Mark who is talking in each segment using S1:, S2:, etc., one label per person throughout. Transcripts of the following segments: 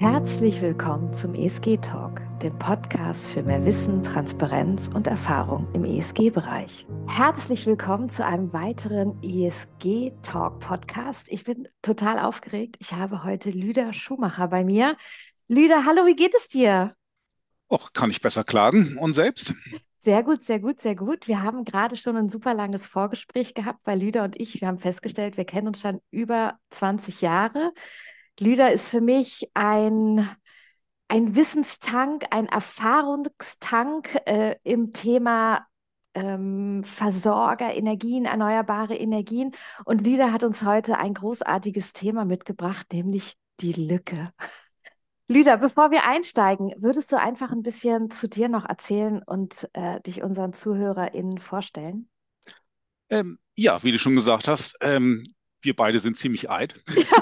S1: Herzlich willkommen zum ESG Talk, dem Podcast für mehr Wissen, Transparenz und Erfahrung im ESG-Bereich. Herzlich willkommen zu einem weiteren ESG Talk Podcast. Ich bin total aufgeregt. Ich habe heute Lüder Schumacher bei mir. Lüder, hallo, wie geht es dir?
S2: Och, kann ich besser klagen. Und selbst?
S1: Sehr gut, sehr gut, sehr gut. Wir haben gerade schon ein super langes Vorgespräch gehabt, weil Lüder und ich, wir haben festgestellt, wir kennen uns schon über 20 Jahre. Lüder ist für mich ein Wissenstank, ein Erfahrungstank im Thema Versorger, Energien, erneuerbare Energien. Und Lüder hat uns heute ein großartiges Thema mitgebracht, nämlich die Lücke. Lüder, bevor wir einsteigen, würdest du einfach ein bisschen zu dir noch erzählen und dich unseren ZuhörerInnen vorstellen?
S2: Ja, wie du schon gesagt hast, wir beide sind ziemlich alt.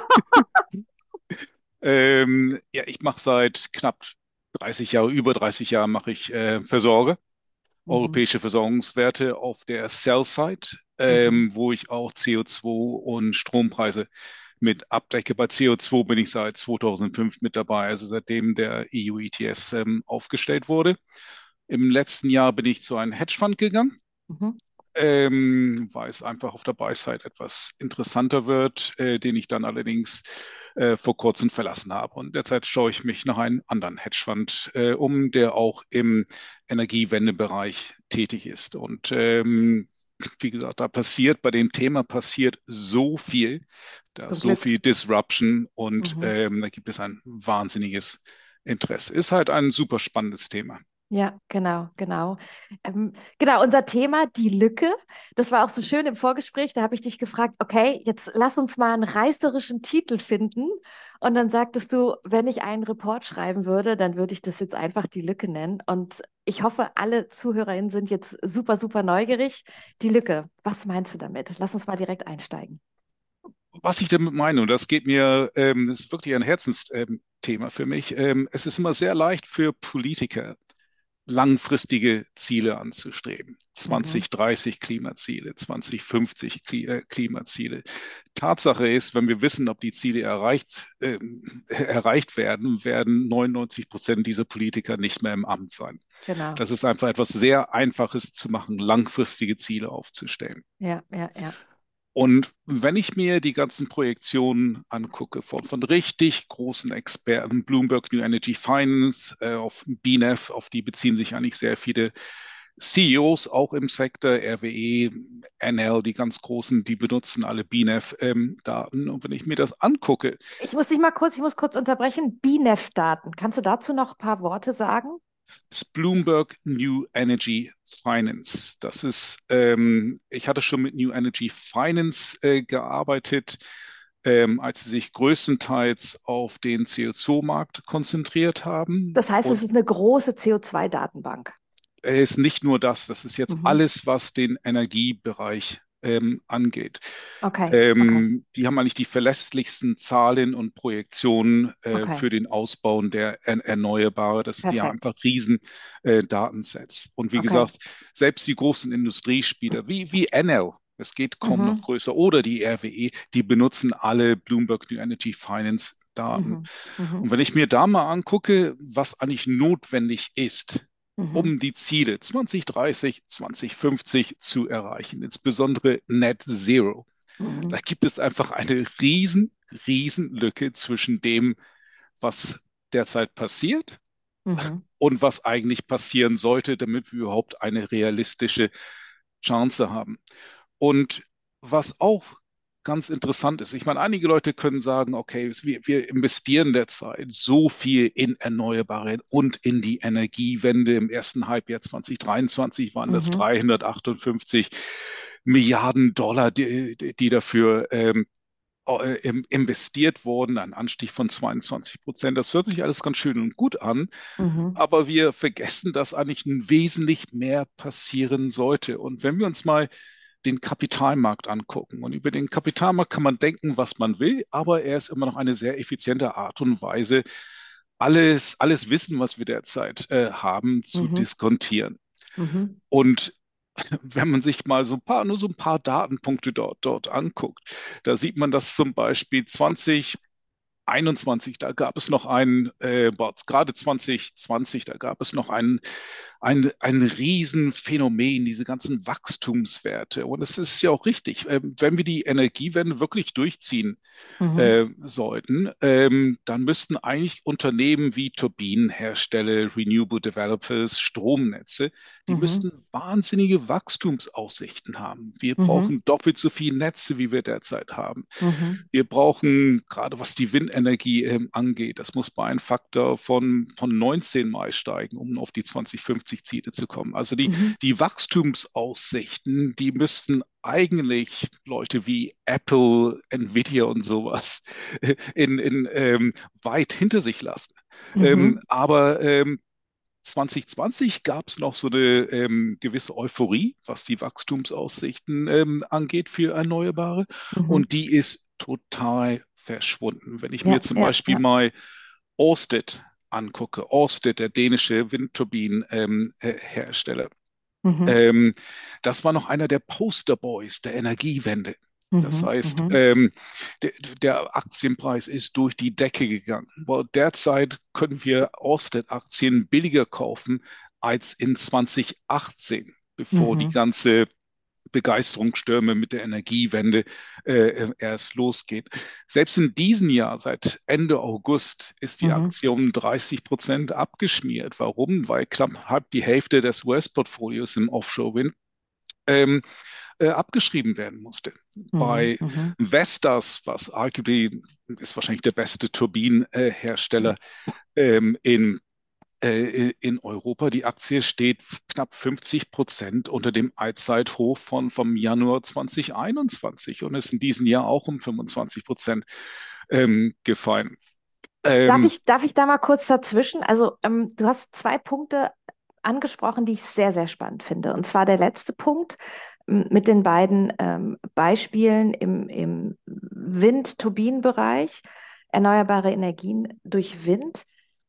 S2: Ja, ich mache seit knapp 30 Jahren, über 30 Jahren mache ich Versorger,
S1: Mhm,
S2: europäische Versorgungswerte auf der Sell-Side,
S1: mhm.
S2: wo ich auch CO2 und Strompreise mit abdecke. Bei CO2 bin ich seit 2005 mit dabei, also seitdem der EU ETS aufgestellt wurde. Im letzten Jahr bin ich zu einem Hedgefonds gegangen,
S1: Mhm.
S2: weil es einfach auf der Buy-Side etwas interessanter wird, den ich dann allerdings vor kurzem verlassen habe. Und derzeit schaue ich mich nach einem anderen Hedgefonds um, der auch im Energiewendebereich tätig ist. Und wie gesagt, bei dem Thema passiert so viel, da ist
S1: Zum
S2: so
S1: Glück.
S2: viel Disruption und
S1: Mhm.
S2: da gibt es ein wahnsinniges Interesse. Ist halt ein super spannendes Thema.
S1: Ja, genau, genau. Genau, unser Thema, die Lücke. Das war auch so schön im Vorgespräch. Da habe ich dich gefragt, okay, jetzt lass uns mal einen reißerischen Titel finden. Und dann sagtest du, wenn ich einen Report schreiben würde, dann würde ich das jetzt einfach die Lücke nennen. Und ich hoffe, alle ZuhörerInnen sind jetzt super, super neugierig. Die Lücke, was meinst du damit? Lass uns mal direkt einsteigen.
S2: Was ich damit meine, und das geht mir, das ist wirklich ein Herzensthema für mich, es ist immer sehr leicht für Politiker, langfristige Ziele anzustreben.
S1: Mhm.
S2: 2030 Klimaziele, 2050 Klimaziele. Tatsache ist, wenn wir wissen, ob die Ziele erreicht werden, werden 99% dieser Politiker nicht mehr im Amt sein.
S1: Genau.
S2: Das ist einfach etwas sehr Einfaches zu machen, langfristige Ziele aufzustellen.
S1: Ja, ja, ja.
S2: Und wenn ich mir die ganzen Projektionen angucke von richtig großen Experten, Bloomberg New Energy Finance, auf BNEF, auf die beziehen sich eigentlich sehr viele CEOs auch im Sektor, RWE, NL, die ganz großen, die benutzen alle BNEF-Daten. Und wenn ich mir das angucke,
S1: Ich muss kurz unterbrechen. BNEF-Daten. Kannst du dazu noch ein paar Worte sagen?
S2: ist Bloomberg New Energy Finance. Das ist, ich hatte schon mit New Energy Finance gearbeitet, als sie sich größtenteils auf den CO2-Markt konzentriert haben.
S1: Das heißt, es
S2: Und
S1: ist eine große CO2-Datenbank.
S2: es ist nicht nur das, das ist jetzt
S1: Mhm.
S2: alles, was den Energiebereich angeht.
S1: Okay, okay,
S2: Die haben eigentlich die verlässlichsten Zahlen und Projektionen
S1: okay,
S2: für den Ausbau der Erneuerbare. Die haben
S1: perfekt.
S2: einfach riesen Datensets. Und wie
S1: Okay.
S2: gesagt, selbst die großen Industriespieler wie Enel, es geht kaum noch
S1: Mhm.
S2: größer, oder die RWE, die benutzen alle Bloomberg New Energy Finance Daten.
S1: Mhm. Mhm.
S2: Und wenn ich mir da mal angucke, was eigentlich notwendig ist,
S1: Mhm.
S2: um die Ziele 2030, 2050 zu erreichen, insbesondere Net Zero, da
S1: Mhm.
S2: gibt es einfach eine riesen Lücke zwischen dem, was derzeit passiert
S1: Mhm.
S2: und was eigentlich passieren sollte, damit wir überhaupt eine realistische Chance haben. Und was auch ganz interessant ist, ich meine, einige Leute können sagen, okay, wir investieren derzeit so viel in Erneuerbare und in die Energiewende. Im ersten Halbjahr 2023 waren das
S1: Mhm.
S2: 358 Milliarden Dollar, die dafür investiert wurden, ein Anstieg von 22%. Das hört sich alles ganz schön und gut an,
S1: Mhm.
S2: aber wir vergessen, dass eigentlich wesentlich mehr passieren sollte. Und wenn wir uns mal den Kapitalmarkt angucken, und über den Kapitalmarkt kann man denken, was man will, aber er ist immer noch eine sehr effiziente Art und Weise, alles Wissen, was wir derzeit haben, zu
S1: Mhm.
S2: diskontieren.
S1: Mhm.
S2: Und wenn man sich mal nur so ein paar Datenpunkte dort anguckt, da sieht man, dass zum Beispiel 21, da gab es noch gerade 2020, da gab es noch ein Riesenphänomen, diese ganzen Wachstumswerte. Und es ist ja auch richtig, wenn wir die Energiewende wirklich durchziehen
S1: Mhm.
S2: sollten, dann müssten eigentlich Unternehmen wie Turbinenhersteller, Renewable Developers, Stromnetze, die
S1: Mhm.
S2: müssten wahnsinnige Wachstumsaussichten haben. Wir
S1: Mhm.
S2: brauchen doppelt so viele Netze, wie wir derzeit haben.
S1: Mhm.
S2: Wir brauchen, gerade was die Windenergie angeht, das muss bei einem Faktor von 19 Mal steigen, um auf die 2050 Ziele zu kommen. Also
S1: Mhm.
S2: die Wachstumsaussichten, die müssten eigentlich Leute wie Apple, Nvidia und sowas weit hinter sich lassen.
S1: Mhm.
S2: Aber 2020 gab es noch so eine gewisse Euphorie, was die Wachstumsaussichten angeht für Erneuerbare.
S1: Mhm.
S2: Und die ist total verschwunden. Wenn ich mir
S1: Ja,
S2: zum
S1: ja,
S2: Beispiel
S1: ja.
S2: mal Ørsted angucke, Ørsted, der dänische Windturbinenhersteller,
S1: Mhm.
S2: ähm, das war noch einer der Posterboys der Energiewende. Das
S1: Mhm.
S2: heißt,
S1: Mhm.
S2: der, der Aktienpreis ist durch die Decke gegangen. Weil derzeit können wir Ørsted-Aktien billiger kaufen als in 2018, bevor die
S1: Mhm.
S2: ganze Begeisterungsstürme mit der Energiewende erst losgeht. Selbst in diesem Jahr, seit Ende August, ist die
S1: Mhm.
S2: Aktie um 30% abgeschmiert. Warum? Weil knapp halb die Hälfte des US-Portfolios im Offshore-Wind ähm, abgeschrieben werden musste.
S1: Mhm.
S2: Bei
S1: Mhm.
S2: Vestas, was arguably ist wahrscheinlich der beste Turbinenhersteller in Europa. Die Aktie steht knapp 50% unter dem Allzeithoch vom Januar 2021 und ist in diesem Jahr auch um 25% gefallen. Ähm,
S1: Darf ich da mal kurz dazwischen? Also, du hast zwei Punkte angesprochen, die ich sehr, sehr spannend finde. Und zwar der letzte Punkt mit den beiden Beispielen im Wind-Turbinenbereich, erneuerbare Energien durch Wind.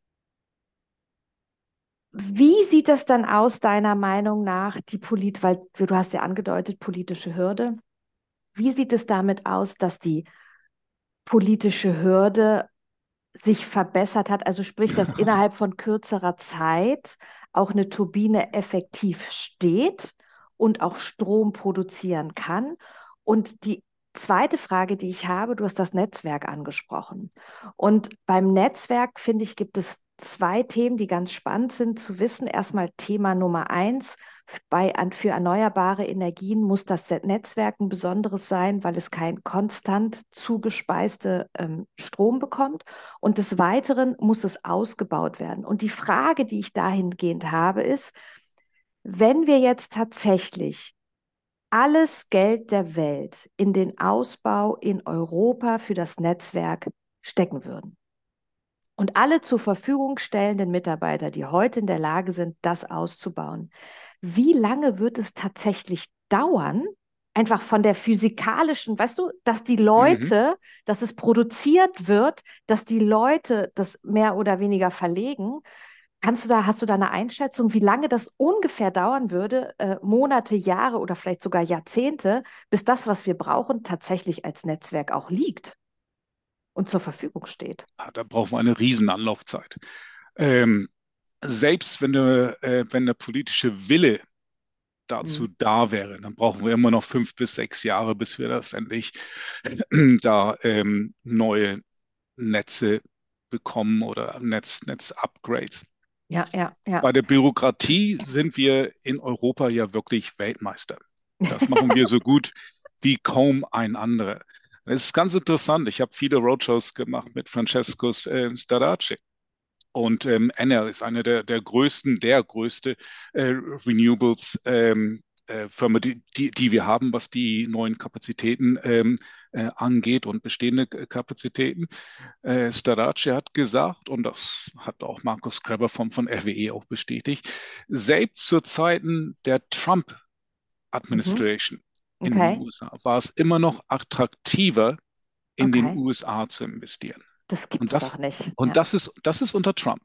S1: Wie sieht das dann aus, deiner Meinung nach, weil du hast ja angedeutet, politische Hürde. Wie sieht es damit aus, dass die politische Hürde sich verbessert hat? Also sprich, dass innerhalb von kürzerer Zeit auch eine Turbine effektiv steht und auch Strom produzieren kann. Und die zweite Frage, die ich habe, du hast das Netzwerk angesprochen. Und beim Netzwerk, finde ich, gibt es zwei Themen, die ganz spannend sind zu wissen. Erstmal Thema Nummer eins. Für erneuerbare Energien muss das Netzwerk ein besonderes sein, weil es kein konstant zugespeiste Strom bekommt. Und des Weiteren muss es ausgebaut werden. Und die Frage, die ich dahingehend habe, ist, wenn wir jetzt tatsächlich alles Geld der Welt in den Ausbau in Europa für das Netzwerk stecken würden und alle zur Verfügung stellenden Mitarbeiter, die heute in der Lage sind, das auszubauen, wie lange wird es tatsächlich dauern, einfach von der physikalischen, weißt du,
S2: mhm.
S1: dass es produziert wird, dass die Leute das mehr oder weniger verlegen? Hast du da eine Einschätzung, wie lange das ungefähr dauern würde, Monate, Jahre oder vielleicht sogar Jahrzehnte, bis das, was wir brauchen, tatsächlich als Netzwerk auch liegt und zur Verfügung steht?
S2: Da brauchen wir eine Riesenanlaufzeit. Ähm, selbst wenn der politische Wille
S1: Mhm.
S2: dazu da wäre, dann brauchen wir immer noch 5 bis 6 Jahre, bis wir das endlich da neue Netze bekommen oder Netz-Upgrades.
S1: Ja, ja, ja.
S2: Bei der Bürokratie sind wir in Europa ja wirklich Weltmeister. Das machen wir so gut wie kaum ein anderer. Es ist ganz interessant. Ich habe viele Roadshows gemacht mit Francesco Starace. Und Enel ist eine der größten, der größte Renewables Firma, die wir haben, was die neuen Kapazitäten angeht und bestehende Kapazitäten. Starace hat gesagt, und das hat auch Markus Kreber von RWE auch bestätigt, selbst zu Zeiten der
S1: Mhm.
S2: Trump-Administration in den
S1: Okay,
S2: USA war es immer noch attraktiver, in den
S1: okay.
S2: USA zu investieren.
S1: Das
S2: Und
S1: gibt's doch
S2: das,
S1: nicht.
S2: und
S1: Ja.
S2: das ist unter Trump.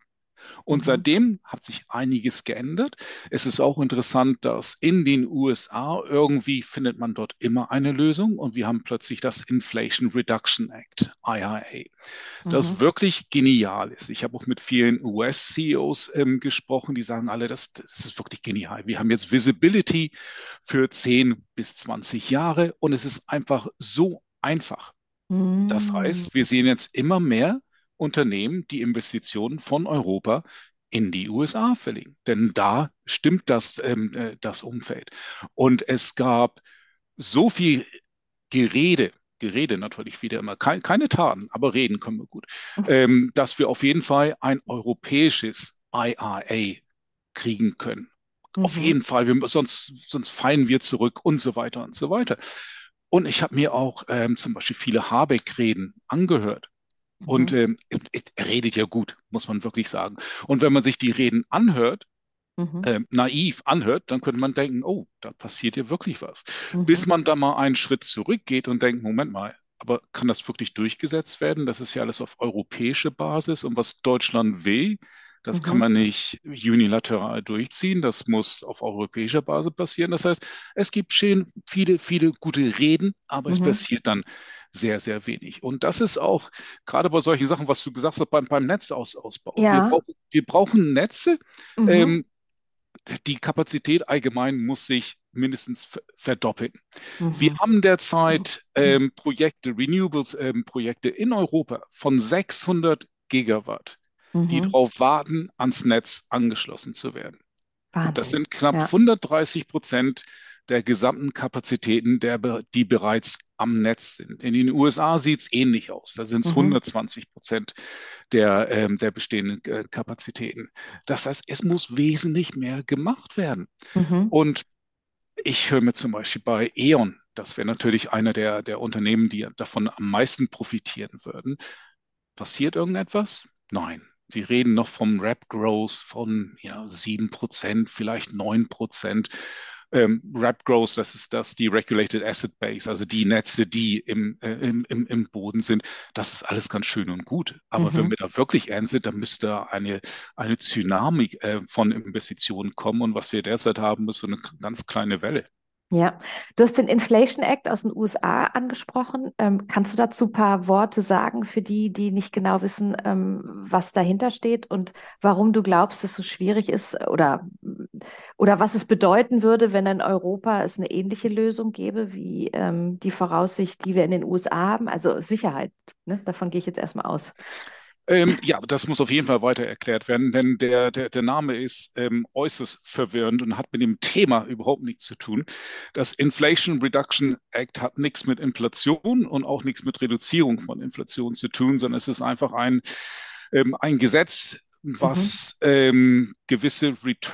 S2: Und
S1: Mhm.
S2: seitdem hat sich einiges geändert. Es ist auch interessant, dass in den USA irgendwie findet man dort immer eine Lösung und wir haben plötzlich das Inflation Reduction Act, IRA, das
S1: Mhm.
S2: wirklich genial ist. Ich habe auch mit vielen US-CEOs gesprochen, die sagen alle, das ist wirklich genial. Wir haben jetzt Visibility für 10 bis 20 Jahre und es ist einfach so einfach. Das
S1: Mhm.
S2: heißt, wir sehen jetzt immer mehr Unternehmen, die Investitionen von Europa in die USA verlegen. Denn da stimmt das Umfeld. Und es gab so viel Gerede, Gerede natürlich wieder immer, keine Taten, aber reden können wir gut, dass wir auf jeden Fall ein europäisches IRA kriegen können. Auf
S1: Mhm.
S2: jeden Fall, sonst fallen wir zurück und so weiter und so weiter. Und ich habe mir auch zum Beispiel viele Habeck-Reden angehört. Und
S1: Mhm.
S2: er redet ja gut, muss man wirklich sagen. Und wenn man sich die Reden anhört,
S1: Mhm.
S2: naiv anhört, dann könnte man denken, oh, da passiert ja wirklich was. Bis
S1: Mhm.
S2: man da mal einen Schritt zurückgeht und denkt, Moment mal, aber kann das wirklich durchgesetzt werden? Das ist ja alles auf europäische Basis und was Deutschland will, das kann
S1: Mhm.
S2: man nicht unilateral durchziehen, das muss auf europäischer Basis passieren. Das heißt, es gibt schön viele, viele gute Reden, aber es
S1: Mhm.
S2: passiert dann sehr, sehr wenig. Und das ist auch gerade bei solchen Sachen, was du gesagt hast, beim Netzausbau.
S1: Ja.
S2: Wir brauchen Netze,
S1: Mhm.
S2: ähm, die Kapazität allgemein muss sich mindestens verdoppeln. Wir
S1: Mhm.
S2: haben derzeit Projekte, Renewables-Projekte in Europa von 600 Gigawatt, die
S1: Mhm.
S2: darauf warten, ans Netz angeschlossen zu werden. Und das
S1: Wahnsinn.
S2: sind knapp
S1: Ja.
S2: 130% der gesamten Kapazitäten, die bereits am Netz sind. In den USA sieht es ähnlich aus. Da sind es
S1: Mhm.
S2: 120% der bestehenden Kapazitäten. Das heißt, es muss wesentlich mehr gemacht werden.
S1: Mhm.
S2: Und ich höre mir zum Beispiel bei E.ON, das wäre natürlich einer der Unternehmen, die davon am meisten profitieren würden. Passiert irgendetwas? Nein. Wir reden noch vom Rap Growth von 7%, vielleicht 9%. Rap Growth, das ist die Regulated Asset Base, also die Netze, die im Boden sind. Das ist alles ganz schön und gut. Aber wenn
S1: Mhm.
S2: wir da wirklich ernst sind, dann müsste da eine Tsunami von Investitionen kommen. Und was wir derzeit haben, ist so eine ganz kleine Welle.
S1: Ja, du hast den Inflation Act aus den USA angesprochen. Kannst du dazu ein paar Worte sagen für die, die nicht genau wissen, was dahinter steht und warum du glaubst, dass es so schwierig ist oder was es bedeuten würde, wenn in Europa es eine ähnliche Lösung gäbe wie die Voraussicht, die wir in den USA haben? Also Sicherheit, ne? Davon gehe ich jetzt erstmal aus.
S2: Ja, das muss auf jeden Fall weiter erklärt werden, denn der Name ist äußerst verwirrend und hat mit dem Thema überhaupt nichts zu tun. Das Inflation Reduction Act hat nichts mit Inflation und auch nichts mit Reduzierung von Inflation zu tun, sondern es ist einfach ein Gesetz,
S1: Mhm.
S2: was gewisse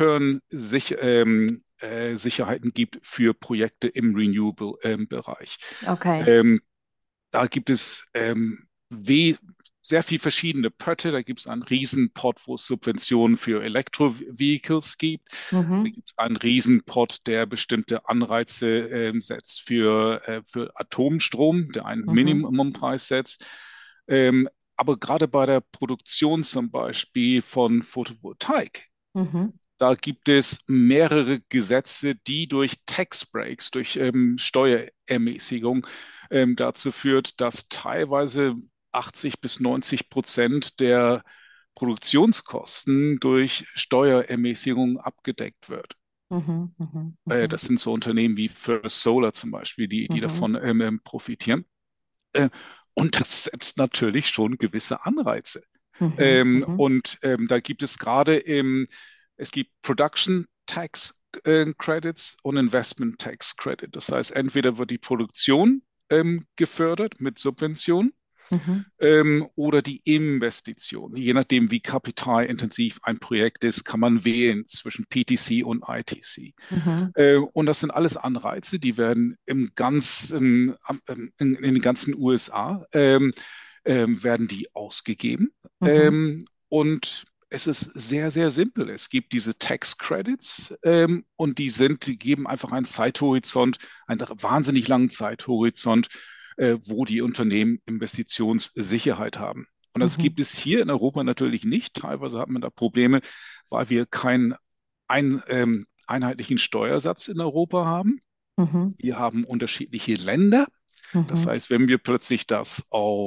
S2: Sicherheiten gibt für Projekte im Renewable-Bereich.
S1: Okay.
S2: Ähm, Da gibt es sehr viel verschiedene Pötte. Da gibt es einen Riesenpot, wo es Subventionen für Elektrovehicles gibt. Da
S1: Mhm.
S2: gibt es einen Riesenpot, der bestimmte Anreize setzt für Atomstrom, der einen
S1: Mhm.
S2: Minimumpreis setzt. Ähm, aber gerade bei der Produktion zum Beispiel von Photovoltaik,
S1: Mhm.
S2: da gibt es mehrere Gesetze, die durch Tax Breaks, durch Steuerermäßigung dazu führt, dass teilweise 80 bis 90% der Produktionskosten durch Steuerermäßigung abgedeckt wird.
S1: Mhm. Mhm. Mhm.
S2: Das sind so Unternehmen wie First Solar zum Beispiel, die
S1: Mhm.
S2: davon profitieren. Äh, und das setzt natürlich schon gewisse Anreize.
S1: Mhm. Mhm.
S2: Da gibt es es gibt Production Tax Credits und Investment Tax Credit. Das heißt, entweder wird die Produktion gefördert mit Subventionen
S1: Mhm.
S2: oder die Investition. Je nachdem, wie kapitalintensiv ein Projekt ist, kann man wählen zwischen PTC und ITC.
S1: Mhm.
S2: Und das sind alles Anreize, die werden in den ganzen USA werden die ausgegeben.
S1: Mhm.
S2: Und es ist sehr, sehr simpel. Es gibt diese Tax Credits und die geben einfach einen Zeithorizont, einen wahnsinnig langen Zeithorizont, wo die Unternehmen Investitionssicherheit haben. Und das
S1: Mhm.
S2: gibt es hier in Europa natürlich nicht. Teilweise hat man da Probleme, weil wir keinen einheitlichen Steuersatz in Europa haben.
S1: Mhm.
S2: Wir haben unterschiedliche Länder. Das
S1: Mhm.
S2: heißt, wenn wir plötzlich das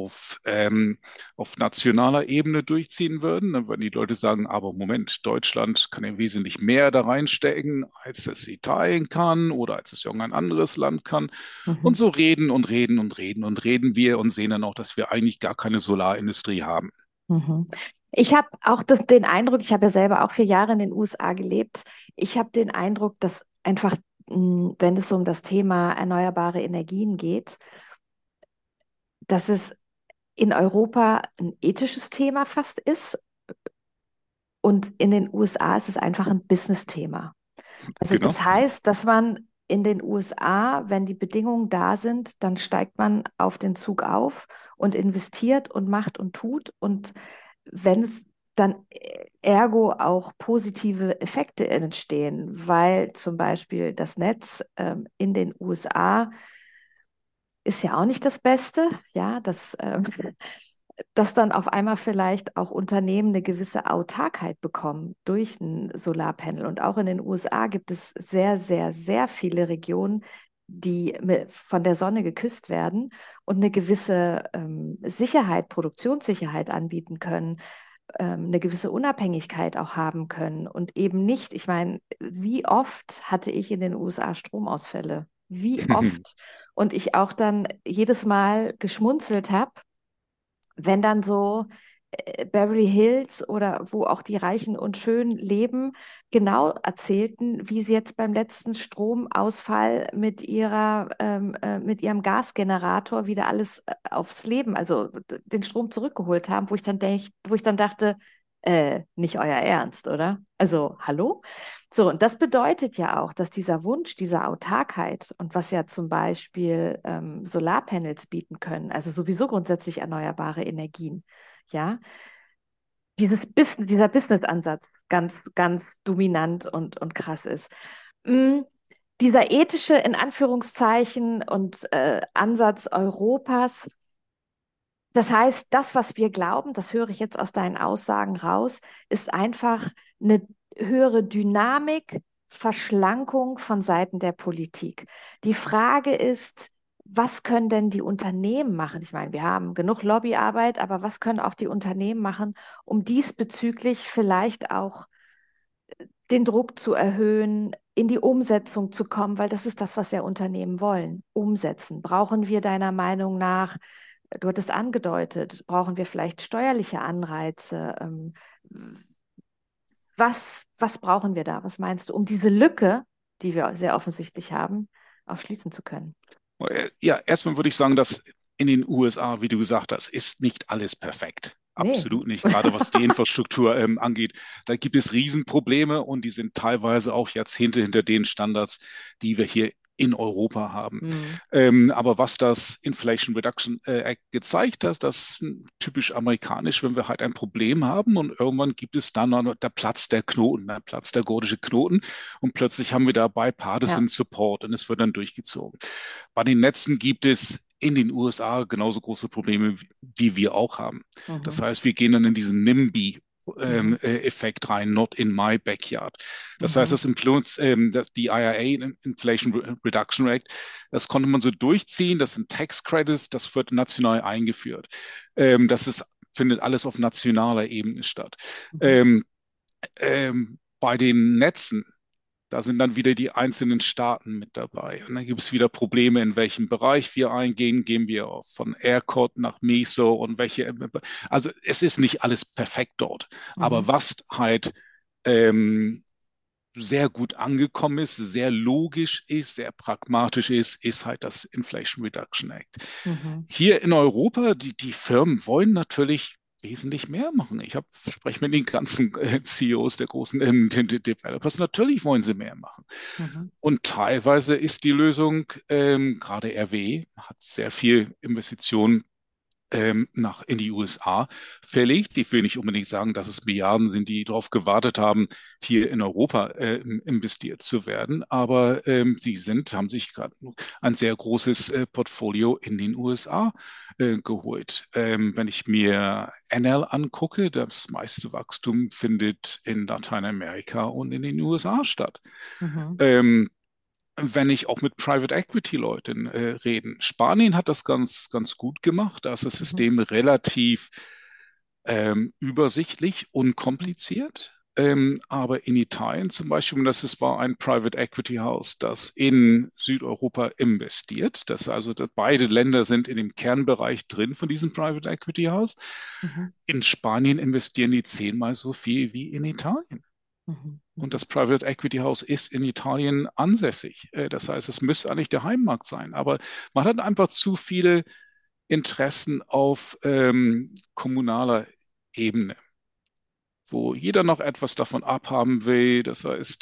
S2: auf nationaler Ebene durchziehen würden, dann würden die Leute sagen, aber Moment, Deutschland kann ja wesentlich mehr da reinstecken, als es Italien kann oder als es irgendein anderes Land kann. Und
S1: Mhm.
S2: so reden und reden und reden und reden wir und sehen dann auch, dass wir eigentlich gar keine Solarindustrie haben.
S1: Mhm. Ich habe auch den Eindruck, ich habe ja selber auch 4 Jahre in den USA gelebt. Ich habe den Eindruck, dass einfach, wenn es um das Thema erneuerbare Energien geht, dass es in Europa ein ethisches Thema fast ist und in den USA ist es einfach ein Business-Thema. Also
S2: Genau.
S1: das heißt, dass man in den USA, wenn die Bedingungen da sind, dann steigt man auf den Zug auf und investiert und macht und tut. Und wenn es dann ergo auch positive Effekte entstehen, weil zum Beispiel das Netz in den USA ist ja auch nicht das Beste, ja, dass dann auf einmal vielleicht auch Unternehmen eine gewisse Autarkheit bekommen durch ein Solarpanel. Und auch in den USA gibt es sehr, sehr, sehr viele Regionen, die von der Sonne geküsst werden und eine gewisse Sicherheit, Produktionssicherheit anbieten können, eine gewisse Unabhängigkeit auch haben können und eben nicht, ich meine, wie oft hatte ich in den USA Stromausfälle? Wie oft? Und ich auch dann jedes Mal geschmunzelt habe, wenn dann so Beverly Hills oder wo auch die Reichen und Schönen leben, genau erzählten, wie sie jetzt beim letzten Stromausfall mit ihrem Gasgenerator wieder alles aufs Leben, also den Strom zurückgeholt haben, wo ich dann dachte, nicht euer Ernst, oder? Also, hallo? So, und das bedeutet ja auch, dass dieser Wunsch dieser Autarkheit und was ja zum Beispiel Solarpanels bieten können, also sowieso grundsätzlich erneuerbare Energien, ja, dieser Business-Ansatz ganz, ganz dominant und krass ist. Mm, Dieser ethische, in Anführungszeichen, und Ansatz Europas, das heißt, das, was wir glauben, das höre ich jetzt aus deinen Aussagen raus, ist einfach eine höhere Dynamik, Verschlankung von Seiten der Politik. Die Frage ist, was können denn die Unternehmen machen? Ich meine, wir haben genug Lobbyarbeit, aber was können auch die Unternehmen machen, um diesbezüglich vielleicht auch den Druck zu erhöhen, in die Umsetzung zu kommen, weil das ist das, was ja Unternehmen wollen. Umsetzen. Brauchen wir deiner Meinung nach, du hattest angedeutet, brauchen wir vielleicht steuerliche Anreize? Was brauchen wir da? Was meinst du, um diese Lücke, die wir sehr offensichtlich haben, auch schließen zu können?
S2: Ja, erstmal würde ich sagen, dass in den USA, wie du gesagt hast, ist nicht alles perfekt.
S1: Nee.
S2: Absolut nicht, gerade was die Infrastruktur angeht. Da gibt es Riesenprobleme und die sind teilweise auch Jahrzehnte hinter den Standards, die wir hier in Europa haben.
S1: Hm.
S2: Aber was das Inflation Reduction Act gezeigt hat, das ist typisch amerikanisch, wenn wir halt ein Problem haben und irgendwann gibt es dann noch der Platz der Knoten, der Platz der gordische Knoten und plötzlich haben wir da
S1: Ja.
S2: Bipartisan Support und es wird dann durchgezogen. Bei den Netzen gibt es in den USA genauso große Probleme, wie wir auch haben. Das
S1: Mhm.
S2: heißt, wir gehen dann in diesen NIMBY
S1: Mhm.
S2: Effekt rein, not in my backyard. Das heißt,
S1: Mhm.
S2: die IRA, Inflation Reduction Act, das konnte man so durchziehen. Das sind Tax Credits, das wird national eingeführt. Findet alles auf nationaler Ebene statt.
S1: Mhm.
S2: Ähm, bei den Netzen, da sind dann wieder die einzelnen Staaten mit dabei. Und dann gibt es wieder Probleme, in welchem Bereich wir eingehen. Gehen wir auch von ERCOT nach MESO und welche. Also es ist nicht alles perfekt dort. Aber
S1: Mhm.
S2: was halt ähm, sehr gut angekommen ist, sehr logisch ist, sehr pragmatisch ist, ist halt das Inflation Reduction Act.
S1: Mhm.
S2: Hier in Europa, die Firmen wollen natürlich wesentlich mehr machen. Spreche mit den ganzen CEOs der großen Developers. Natürlich wollen sie mehr machen.
S1: Mhm.
S2: Und teilweise ist die Lösung, gerade RWE hat sehr viel Investitionen nach in die USA verlegt. Ich will nicht unbedingt sagen, dass es Milliarden sind, die darauf gewartet haben, hier in Europa investiert zu werden, aber haben sich gerade ein sehr großes Portfolio in den USA geholt. Wenn ich mir NL angucke, das meiste Wachstum findet in Lateinamerika und in den USA statt.
S1: Mhm.
S2: Ähm, Wenn ich auch mit Private Equity Leuten reden. Spanien hat das ganz gut gemacht. Da ist das
S1: Mhm.
S2: System relativ übersichtlich, unkompliziert. Aber in Italien zum Beispiel, und war ein Private Equity House, das in Südeuropa investiert. Beide Länder sind in dem Kernbereich drin von diesem Private Equity House.
S1: Mhm.
S2: In Spanien investieren die zehnmal so viel wie in Italien.
S1: Mhm.
S2: Und das
S1: Mhm.
S2: Private Equity House ist in Italien ansässig. Das heißt, es müsste eigentlich der Heimmarkt sein. Aber man hat einfach zu viele Interessen auf kommunaler Ebene, wo jeder noch etwas davon abhaben will. Das heißt,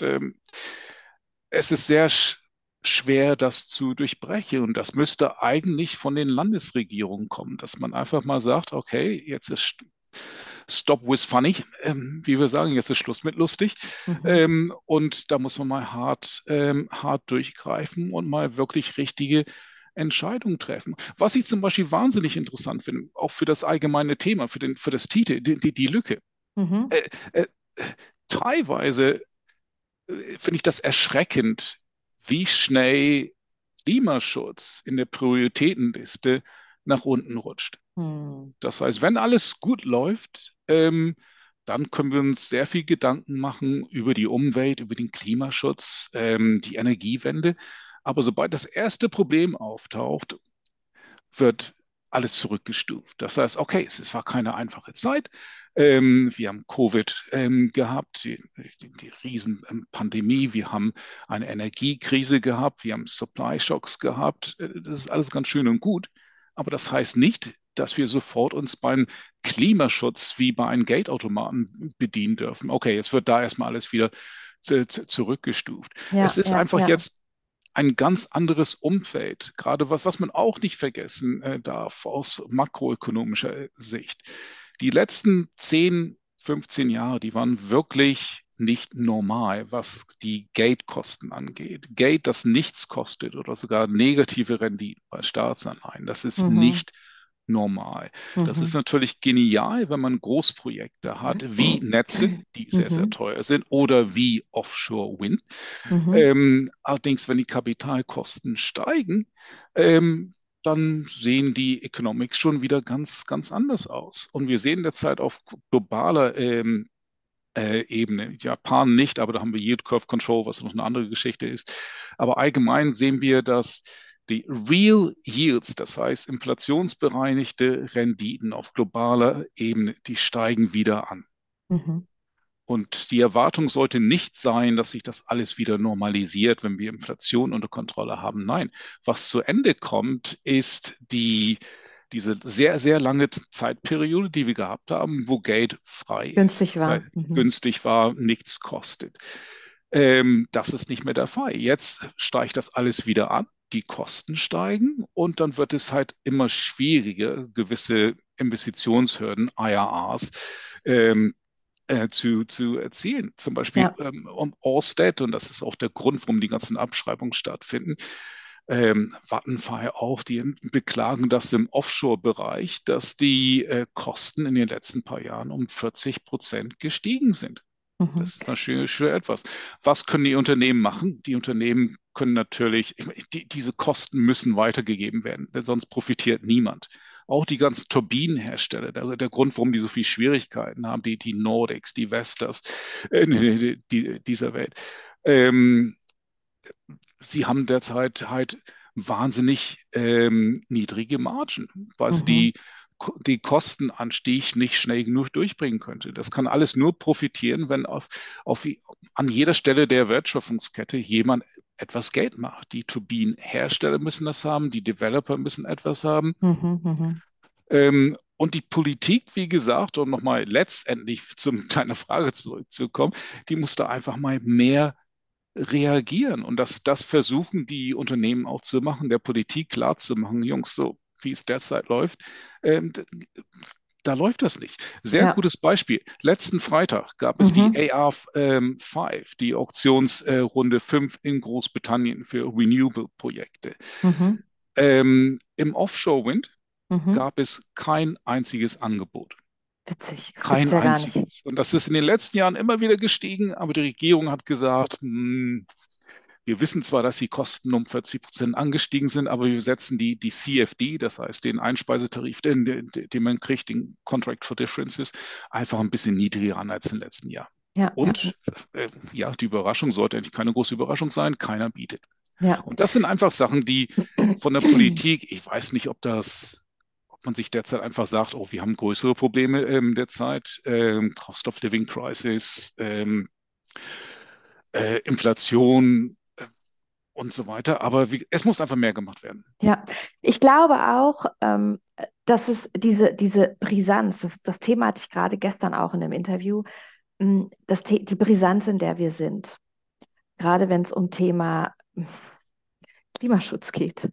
S2: es ist sehr schwer, das zu durchbrechen. Und das müsste eigentlich von den Landesregierungen kommen, dass man einfach mal sagt, okay, jetzt ist Stop with funny, wie wir sagen, jetzt ist Schluss mit lustig.
S1: Mhm.
S2: Und da muss man mal hart durchgreifen und mal wirklich richtige Entscheidungen treffen. Was ich zum Beispiel wahnsinnig interessant finde, auch für das allgemeine Thema, für das Titel, die Lücke.
S1: Mhm.
S2: Äh, äh, Teilweise finde ich das erschreckend, wie schnell Klimaschutz in der Prioritätenliste nach unten rutscht.
S1: Mhm.
S2: Das heißt, wenn alles gut läuft, dann können wir uns sehr viel Gedanken machen über die Umwelt, über den Klimaschutz, die Energiewende. Aber sobald das erste Problem auftaucht, wird alles zurückgestuft. Das heißt, okay, war keine einfache Zeit. Wir haben Covid gehabt, die Riesenpandemie, wir haben eine Energiekrise gehabt, wir haben Supply Shocks gehabt. Das ist alles ganz schön und gut. Aber das heißt nicht, dass wir sofort uns beim Klimaschutz wie bei einem Geldautomaten bedienen dürfen. Okay, jetzt wird da erstmal alles wieder zurückgestuft. Es
S1: Ja,
S2: ist
S1: ja,
S2: einfach
S1: ja.
S2: jetzt ein ganz anderes Umfeld, gerade was man auch nicht vergessen darf aus makroökonomischer Sicht. Die letzten 10, 15 Jahre, die waren wirklich nicht normal, was die Geldkosten angeht. Geld, das nichts kostet oder sogar negative Renditen bei Staatsanleihen, das ist
S1: Mhm.
S2: nicht normal. Das ist
S1: Mhm.
S2: natürlich genial, wenn man Großprojekte hat, wie Netze, die sehr, sehr
S1: Mhm.
S2: teuer sind, oder wie Offshore Wind.
S1: Mhm.
S2: Allerdings, wenn die Kapitalkosten steigen, ähm, dann sehen die Economics schon wieder ganz anders aus. Und wir sehen derzeit auf globaler Ebene, Japan nicht, aber da haben wir Yield Curve Control, was noch eine andere Geschichte ist. Aber allgemein sehen wir, dass die Real Yields, das heißt inflationsbereinigte Renditen auf globaler Ebene, die steigen wieder an.
S1: Mhm.
S2: Und die Erwartung sollte nicht sein, dass sich das alles wieder normalisiert, wenn wir Inflation unter Kontrolle haben. Nein, was zu Ende kommt, ist diese sehr, sehr lange Zeitperiode, die wir gehabt haben, wo Geld frei ist.
S1: Günstig
S2: Das heißt,
S1: war. Mhm.
S2: günstig war, nichts kostet. Das ist nicht mehr der Fall. Jetzt steigt das alles wieder an, die Kosten steigen und dann wird es halt immer schwieriger, gewisse Investitionshürden, IRRs, ähm, zu erzielen. Zum Beispiel
S1: Ja.
S2: um Ørsted, und das ist auch der Grund, warum die ganzen Abschreibungen stattfinden. Vattenfall auch, die beklagen das im Offshore-Bereich, dass die Kosten in den letzten paar Jahren um 40% gestiegen sind.
S1: Mhm.
S2: Das ist natürlich schon etwas. Was können die Unternehmen machen? Die Unternehmen können natürlich, ich meine, diese Kosten müssen weitergegeben werden, denn sonst profitiert niemand. Auch die ganzen Turbinenhersteller, der Grund, warum die so viele Schwierigkeiten haben, die Nordics, die Vestas dieser Welt. Ähm, Sie haben derzeit halt wahnsinnig niedrige Margen, weil sie
S1: Mhm.
S2: die Kostenanstieg nicht schnell genug durchbringen könnte. Das kann alles nur profitieren, wenn an jeder Stelle der Wertschöpfungskette jemand etwas Geld macht. Die Turbinenhersteller müssen das haben, die Developer müssen etwas haben.
S1: Mhm. Mhm.
S2: Und die Politik, wie gesagt, um nochmal letztendlich zu deiner Frage zurückzukommen, die muss da einfach mal mehr reagieren. Und das versuchen die Unternehmen auch zu machen, der Politik klarzumachen, Jungs, so, wie es derzeit läuft, ähm, da läuft das nicht. Sehr
S1: Ja.
S2: gutes Beispiel. Letzten Freitag gab es die
S1: Mhm.
S2: AR5, die Auktionsrunde 5 in Großbritannien für Renewable-Projekte.
S1: Mhm.
S2: Im Offshore-Wind
S1: Mhm.
S2: gab es kein einziges Angebot.
S1: Witzig. Das gibt's
S2: Kein
S1: ja gar nicht.
S2: einziges. Und das ist in den letzten Jahren immer wieder gestiegen, aber die Regierung hat gesagt, wir wissen zwar, dass die Kosten um 40% angestiegen sind, aber wir setzen die CFD, das heißt den Einspeisetarif, den man kriegt, den Contract for Differences, einfach ein bisschen niedriger an als im letzten Jahr.
S1: Ja, ja,
S2: Und ja, die Überraschung sollte eigentlich keine große Überraschung sein, keiner bietet.
S1: ja.
S2: Und das sind einfach Sachen, die von der Politik, ich weiß nicht, ob man sich derzeit einfach sagt, oh, wir haben größere Probleme derzeit, Cost of Living Crisis, Inflation und so weiter. Aber es muss einfach mehr gemacht werden.
S1: Ja, ich glaube auch, dass es diese Brisanz, das Thema hatte ich gerade gestern auch in einem Interview, die Brisanz, in der wir sind, gerade wenn es um Thema Klimaschutz geht,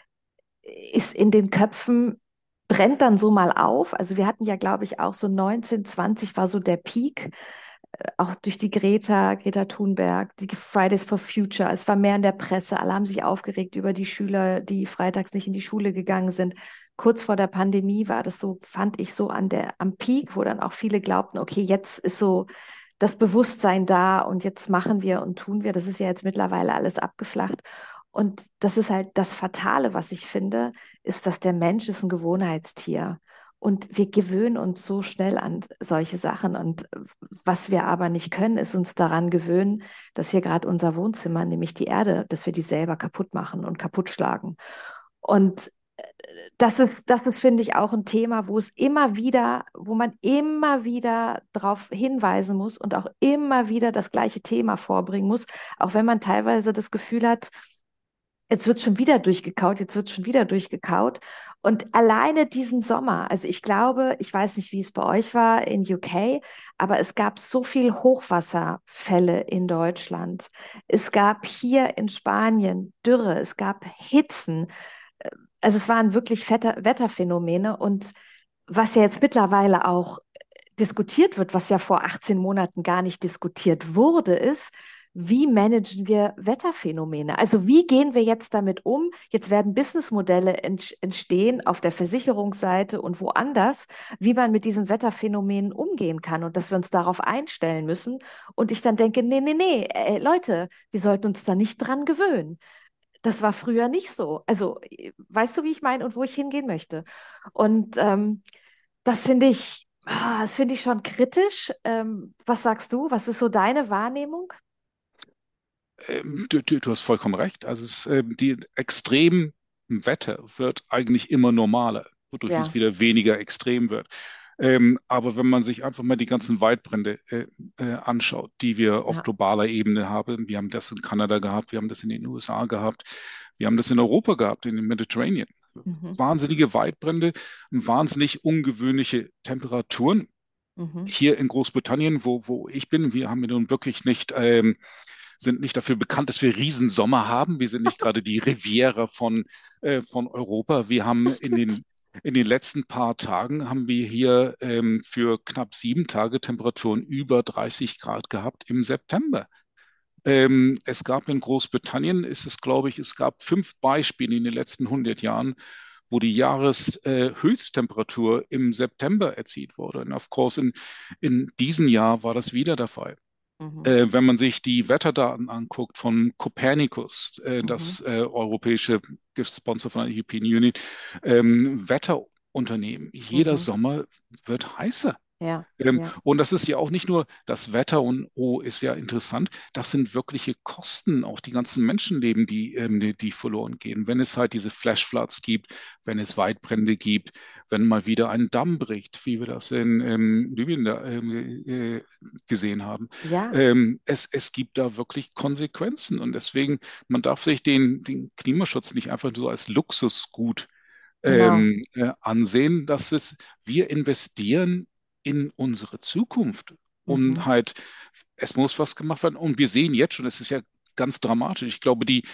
S1: ist in den Köpfen, brennt dann so mal auf. Also wir hatten ja, glaube ich, auch so 19, 20 war so der Peak, auch durch die Greta Thunberg, die Fridays for Future. Es war mehr in der Presse. Alle haben sich aufgeregt über die Schüler, die freitags nicht in die Schule gegangen sind. Kurz vor der Pandemie war das so, fand ich so am Peak, wo dann auch viele glaubten, okay, jetzt ist so das Bewusstsein da und jetzt machen wir und tun wir. Das ist ja jetzt mittlerweile alles abgeflacht. Und das ist halt das Fatale, was ich finde, ist, dass der Mensch ist ein Gewohnheitstier. Und wir gewöhnen uns so schnell an solche Sachen. Und was wir aber nicht können, ist uns daran gewöhnen, dass hier gerade unser Wohnzimmer, nämlich die Erde, dass wir die selber kaputt machen und kaputt schlagen. Und das ist, finde ich, auch ein Thema, wo man immer wieder darauf hinweisen muss und auch immer wieder das gleiche Thema vorbringen muss, auch wenn man teilweise das Gefühl hat, jetzt wird schon wieder durchgekaut, jetzt wird schon wieder durchgekaut. Und alleine diesen Sommer, also ich glaube, ich weiß nicht, wie es bei euch war in UK, aber es gab so viel Hochwasserfälle in Deutschland. Es gab hier in Spanien Dürre, es gab Hitzen. Also es waren wirklich Wetterphänomene. Und was ja jetzt mittlerweile auch diskutiert wird, was ja vor 18 Monaten gar nicht diskutiert wurde, ist, wie managen wir Wetterphänomene? Also wie gehen wir jetzt damit um? Jetzt werden Businessmodelle entstehen auf der Versicherungsseite und woanders, wie man mit diesen Wetterphänomenen umgehen kann und dass wir uns darauf einstellen müssen. Und ich dann denke, nee, nee, nee, Leute, wir sollten uns da nicht dran gewöhnen. Das war früher nicht so. Also, weißt du, wie ich meine und wo ich hingehen möchte? Und das finde ich schon kritisch. Was sagst du? Was ist so deine Wahrnehmung?
S2: Du hast vollkommen recht. Also die Extremwetter wird eigentlich immer normaler, wodurch es
S1: Ja,
S2: wieder weniger extrem wird. Aber wenn man sich einfach mal die ganzen Waldbrände anschaut, die wir auf
S1: ja.
S2: globaler Ebene haben, wir haben das in Kanada gehabt, wir haben das in den USA gehabt, wir haben das in Europa gehabt, in dem Mediterranean.
S1: Mhm.
S2: Wahnsinnige Waldbrände, wahnsinnig ungewöhnliche Temperaturen.
S1: Mhm.
S2: Hier in Großbritannien, wo ich bin, wir haben ja nun wirklich nicht sind nicht dafür bekannt, dass wir Riesensommer haben. Wir sind nicht gerade die Riviera von Europa. Wir haben
S1: Das stimmt.
S2: in den letzten paar Tagen haben wir hier für knapp 7 Tage Temperaturen über 30 Grad gehabt im September. Es gab in Großbritannien, glaube ich, es gab 5 Beispiele in den letzten 100 Jahren, wo die Jahreshöchsttemperatur im September erzielt wurde. Und of course, in diesem Jahr war das wieder der Fall.
S1: Mhm.
S2: Wenn man sich die Wetterdaten anguckt von Copernicus,
S1: Mhm.
S2: das europäische Sponsor von der European Union, Wetterunternehmen, jeder
S1: Mhm.
S2: Sommer wird heißer.
S1: Ja, ja.
S2: Und das ist ja auch nicht nur das Wetter und oh, ist ja interessant, das sind wirkliche Kosten, auch die ganzen Menschenleben, die verloren gehen. Wenn es halt diese Flashfloods gibt, wenn es Waldbrände gibt, wenn mal wieder ein Damm bricht, wie wir das in Libyen da, gesehen haben.
S1: Ja,
S2: Es gibt da wirklich Konsequenzen und deswegen, man darf sich den Klimaschutz nicht einfach so als Luxusgut
S1: genau.
S2: ansehen, wir investieren in unsere Zukunft.
S1: Mhm.
S2: Und halt, es muss was gemacht werden. Und wir sehen jetzt schon, es ist ja ganz dramatisch. Ich glaube,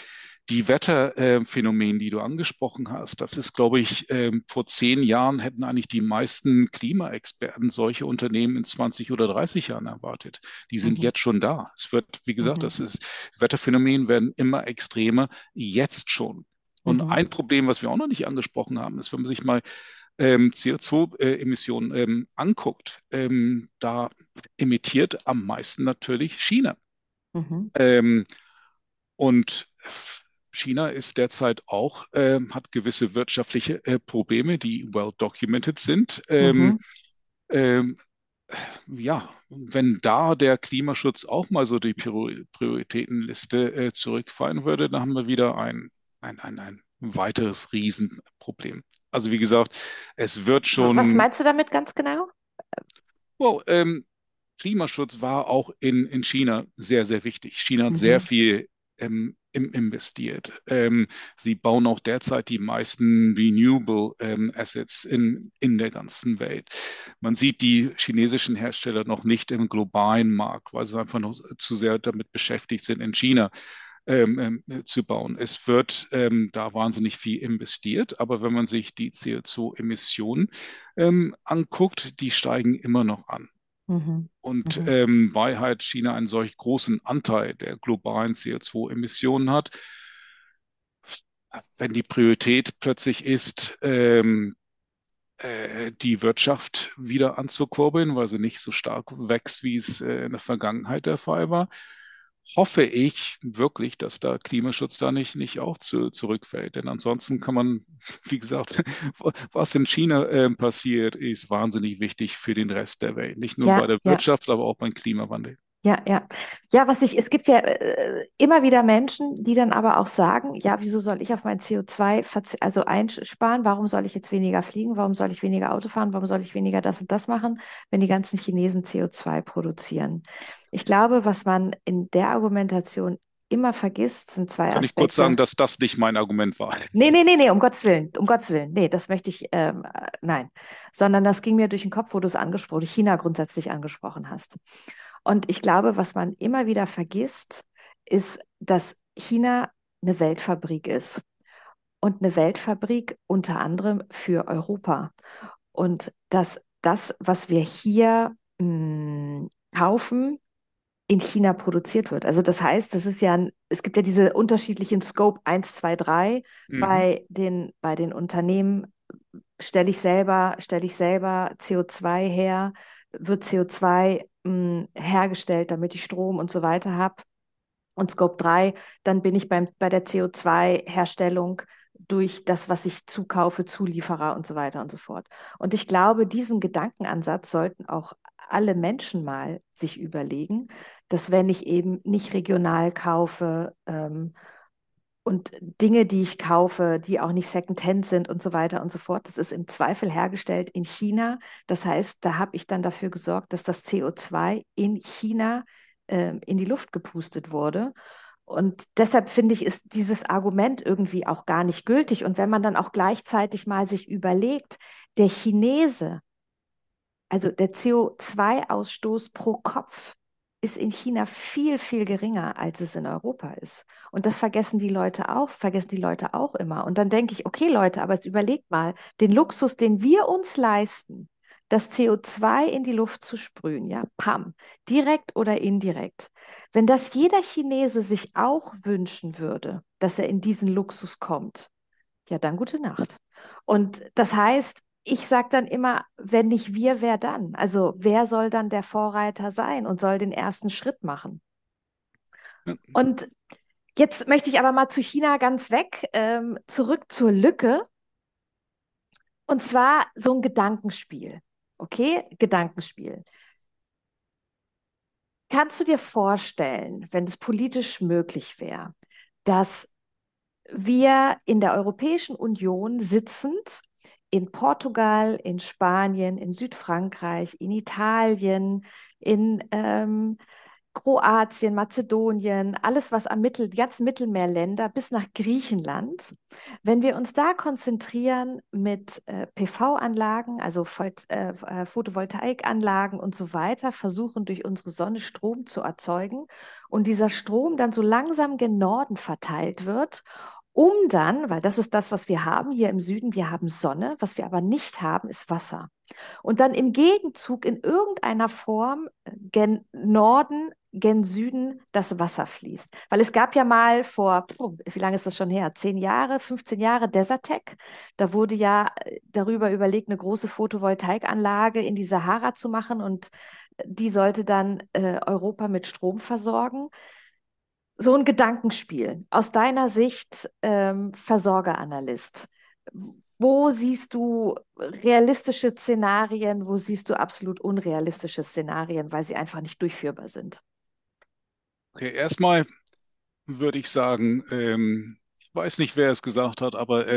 S2: Die Wetterphänomene, die du angesprochen hast, das ist, glaube ich, vor 10 Jahren hätten eigentlich die meisten Klimaexperten solche Unternehmen in 20 oder 30 Jahren erwartet. Die sind
S1: Mhm.
S2: jetzt schon da. Es wird, wie gesagt,
S1: Mhm.
S2: das ist, Wetterphänomene werden immer extremer, jetzt schon. Und
S1: Mhm.
S2: ein Problem, was wir auch noch nicht angesprochen haben, ist, wenn man sich mal CO2-Emissionen anguckt, da emittiert am meisten natürlich China.
S1: Mhm.
S2: Ähm, und China ist derzeit auch, hat gewisse wirtschaftliche Probleme, die well documented sind.
S1: Mhm.
S2: Ähm, ja, wenn da der Klimaschutz auch mal so die Prioritätenliste zurückfallen würde, dann haben wir wieder ein weiteres Riesenproblem. Also wie gesagt, es wird
S1: Was
S2: schon,
S1: meinst du damit ganz genau?
S2: wow, Klimaschutz war auch in China sehr, sehr wichtig. China hat sehr
S1: Mhm.
S2: viel investiert. Sie bauen auch derzeit die meisten Renewable Assets in der ganzen Welt. Man sieht die chinesischen Hersteller noch nicht im globalen Markt, weil sie einfach noch zu sehr damit beschäftigt sind, in China zu bauen. Es wird da wahnsinnig viel investiert, aber wenn man sich die CO2-Emissionen anguckt, die steigen immer noch an.
S1: Mhm.
S2: Und
S1: Mhm.
S2: weil halt China einen solch großen Anteil der globalen CO2-Emissionen hat, wenn die Priorität plötzlich ist, die Wirtschaft wieder anzukurbeln, weil sie nicht so stark wächst, wie es in der Vergangenheit der Fall war, hoffe ich wirklich, dass da Klimaschutz da nicht auch zurückfällt. Denn ansonsten kann man, wie gesagt, was in China passiert, ist wahnsinnig wichtig für den Rest der Welt. Nicht nur bei
S1: Ja,
S2: der
S1: ja.
S2: Wirtschaft, aber auch beim Klimawandel.
S1: Ja, ja. Ja, es gibt ja immer wieder Menschen, die dann aber auch sagen, ja, wieso soll ich auf mein CO2 also einsparen? Warum soll ich jetzt weniger fliegen? Warum soll ich weniger Auto fahren? Warum soll ich weniger das und das machen, wenn die ganzen Chinesen CO2 produzieren? Ich glaube, was man in der Argumentation immer vergisst, sind zwei
S2: Kann ich kurz sagen,
S1: Aspekte.
S2: dass das nicht mein Argument war.
S1: Nee, nee, nee, nee, um Gottes Willen, um Gottes Willen. Nee, das möchte ich, nein. Sondern das ging mir durch den Kopf, wo du es angesprochen, China grundsätzlich angesprochen hast. Und ich glaube, was man immer wieder vergisst, ist, dass China eine Weltfabrik ist. Und eine Weltfabrik unter anderem für Europa. Und dass das, was wir hier kaufen, in China produziert wird. Also das heißt, es gibt ja diese unterschiedlichen Scope 1, 2, 3
S2: Mhm.
S1: bei den Unternehmen. Stelle ich selber CO2 her, wird CO2 hergestellt, damit ich Strom und so weiter habe. Und Scope 3, dann bin ich bei der CO2-Herstellung durch das, was ich zukaufe, Zulieferer und so weiter und so fort. Und ich glaube, diesen Gedankenansatz sollten auch alle Menschen mal sich überlegen, dass wenn ich eben nicht regional kaufe und Dinge, die ich kaufe, die auch nicht Secondhand sind und so weiter und so fort, das ist im Zweifel hergestellt in China. Das heißt, da habe ich dann dafür gesorgt, dass das CO2 in China in die Luft gepustet wurde. Und deshalb finde ich, ist dieses Argument irgendwie auch gar nicht gültig. Und wenn man dann auch gleichzeitig mal sich überlegt, der Chinese, also der CO2-Ausstoß pro Kopf, ist in China viel, viel geringer, als es in Europa ist. Und das vergessen die Leute auch immer. Und dann denke ich, okay, Leute, aber jetzt überlegt mal, den Luxus, den wir uns leisten, das CO2 in die Luft zu sprühen, ja, pam, direkt oder indirekt. Wenn das jeder Chinese sich auch wünschen würde, dass er in diesen Luxus kommt, ja, dann gute Nacht. Und das heißt, ich sage dann immer, wenn nicht wir, wer dann? Also wer soll dann der Vorreiter sein und soll den ersten Schritt machen?
S2: Ja,
S1: Und jetzt möchte ich aber mal zu China ganz weg, zurück zur Lücke. Und zwar so ein Gedankenspiel. Okay, Gedankenspiel. Kannst du dir vorstellen, wenn es politisch möglich wäre, dass wir in der Europäischen Union sitzend in Portugal, in Spanien, in Südfrankreich, in Italien, in Kroatien, Mazedonien, alles, was die ganzen Mittelmeerländer bis nach Griechenland. Wenn wir uns da konzentrieren mit PV-Anlagen, also Photovoltaikanlagen und so weiter, versuchen durch unsere Sonne Strom zu erzeugen und dieser Strom dann so langsam gen Norden verteilt wird, um dann, weil das ist das, was wir haben hier im Süden, wir haben Sonne, was wir aber nicht haben, ist Wasser. Und dann im Gegenzug in irgendeiner Form gen Norden, gen Süden das Wasser fließt. Weil es gab ja mal vor, wie lange ist das schon her? 10 Jahre, 15 Jahre Desertec. Da wurde ja darüber überlegt, eine große Photovoltaikanlage in die Sahara zu machen und die sollte dann Europa mit Strom versorgen. So ein Gedankenspiel. Aus deiner Sicht, Versorgeranalyst, wo siehst du realistische Szenarien, wo siehst du absolut unrealistische Szenarien, weil sie einfach nicht durchführbar sind?
S2: Okay, erstmal würde ich sagen, ich weiß nicht, wer es gesagt hat, aber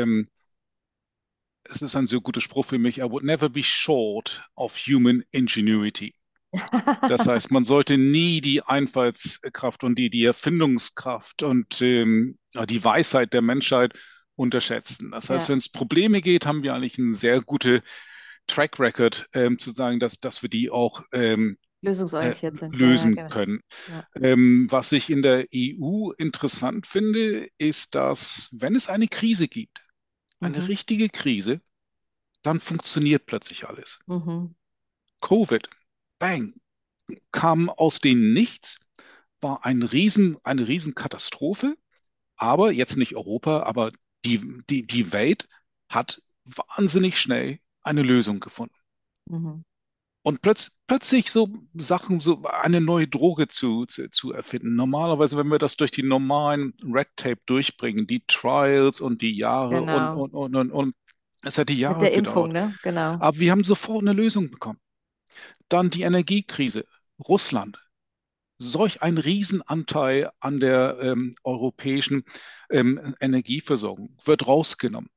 S2: es ist ein so guter Spruch für mich. I would never be short of human ingenuity. Das heißt, man sollte nie die Einfallskraft und die Erfindungskraft und die Weisheit der Menschheit unterschätzen. Das heißt,
S1: Ja,
S2: wenn es Probleme geht, haben wir eigentlich einen sehr guten Track Record, zu sagen, dass wir die auch
S1: lösungsorientiert sind. Ja, ja,
S2: lösen
S1: genau.
S2: können.
S1: Ja.
S2: Was ich in der EU interessant finde, ist, dass wenn es eine Krise gibt, eine
S1: Mhm.
S2: richtige Krise, dann funktioniert plötzlich alles.
S1: Mhm.
S2: Covid, bang, kam aus dem Nichts, war eine Riesenkatastrophe, aber jetzt nicht Europa, aber die Welt hat wahnsinnig schnell eine Lösung gefunden.
S1: Mhm.
S2: Und plötzlich so Sachen, so eine neue Droge zu erfinden. Normalerweise, wenn wir das durch die normalen Red Tape durchbringen, die Trials und die Jahre
S1: Genau.
S2: und es hätte
S1: Mit
S2: Jahre
S1: der Impfung,
S2: gedauert.
S1: ne? Genau.
S2: Aber wir haben sofort eine Lösung bekommen. Dann die Energiekrise. Russland. Solch ein Riesenanteil an der europäischen Energieversorgung wird rausgenommen.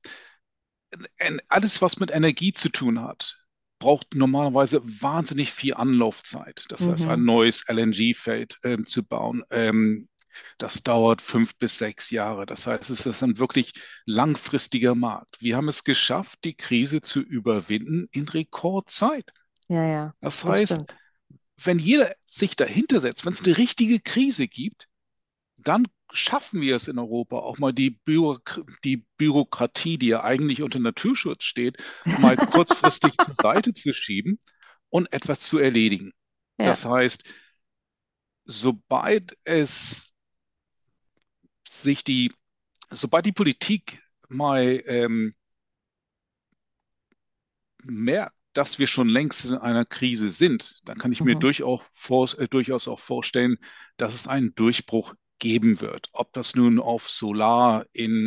S2: Alles, was mit Energie zu tun hat, braucht normalerweise wahnsinnig viel Anlaufzeit. Das heißt, ein
S1: Mhm.
S2: neues LNG-Feld zu bauen, das dauert 5 bis 6 Jahre. Das heißt, es ist ein wirklich langfristiger Markt. Wir haben es geschafft, die Krise zu überwinden in Rekordzeit.
S1: Ja, ja,
S2: Das
S1: das
S2: heißt,
S1: stimmt.
S2: wenn jeder sich dahinter setzt, wenn es eine richtige Krise gibt, dann schaffen wir es in Europa auch mal die Bürokratie, die ja eigentlich unter Naturschutz steht, mal kurzfristig zur Seite zu schieben und etwas zu erledigen.
S1: Ja.
S2: Das heißt, sobald es sich sobald die Politik mal merkt, dass wir schon längst in einer Krise sind, dann kann ich mir
S1: Mhm.
S2: durchaus auch vorstellen, dass es einen Durchbruch geben wird. Ob das nun auf Solar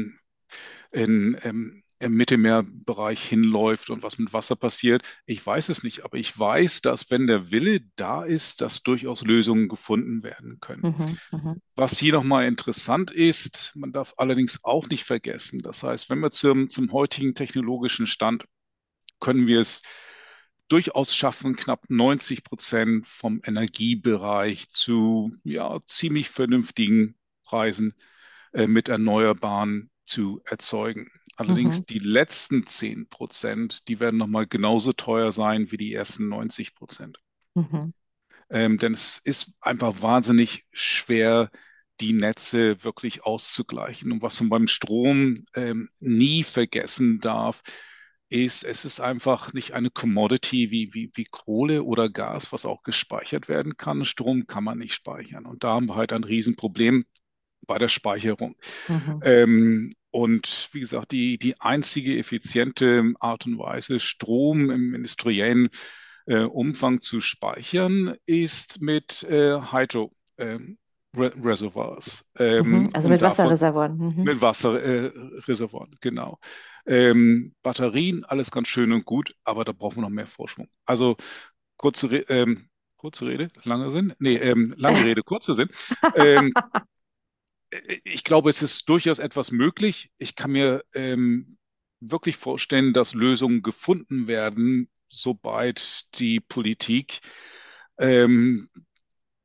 S2: im Mittelmeerbereich hinläuft und was mit Wasser passiert, ich weiß es nicht. Aber ich weiß, dass wenn der Wille da ist, dass durchaus Lösungen gefunden werden können.
S1: Mhm. Mhm.
S2: Was hier nochmal interessant ist, man darf allerdings auch nicht vergessen, das heißt, wenn wir zum heutigen technologischen Stand können wir es durchaus schaffen, knapp 90% vom Energiebereich zu ja, ziemlich vernünftigen Preisen mit Erneuerbaren zu erzeugen.
S1: Mhm.
S2: Allerdings die letzten 10%, die werden nochmal genauso teuer sein wie die ersten 90%.
S1: Mhm.
S2: Denn es ist einfach wahnsinnig schwer, die Netze wirklich auszugleichen. Und was man beim Strom nie vergessen darf, ist, es ist einfach nicht eine Commodity wie Kohle oder Gas, was auch gespeichert werden kann. Strom kann man nicht speichern. Und da haben wir halt ein Riesenproblem bei der Speicherung.
S1: Mhm.
S2: Und wie gesagt, die einzige effiziente Art und Weise, Strom im industriellen Umfang zu speichern, ist mit Hydro. Reservoirs
S1: Mhm. Also
S2: und
S1: mit
S2: davon
S1: Wasserreservoiren. Mhm.
S2: mit Wasserreservoiren, genau. Batterien, alles ganz schön und gut, aber da brauchen wir noch mehr Forschung. Also kurze Rede, langer Sinn? Nee, lange Rede, kurzer Sinn. Ähm, ich glaube, es ist durchaus etwas möglich. Ich kann mir wirklich vorstellen, dass Lösungen gefunden werden, sobald die Politik ähm,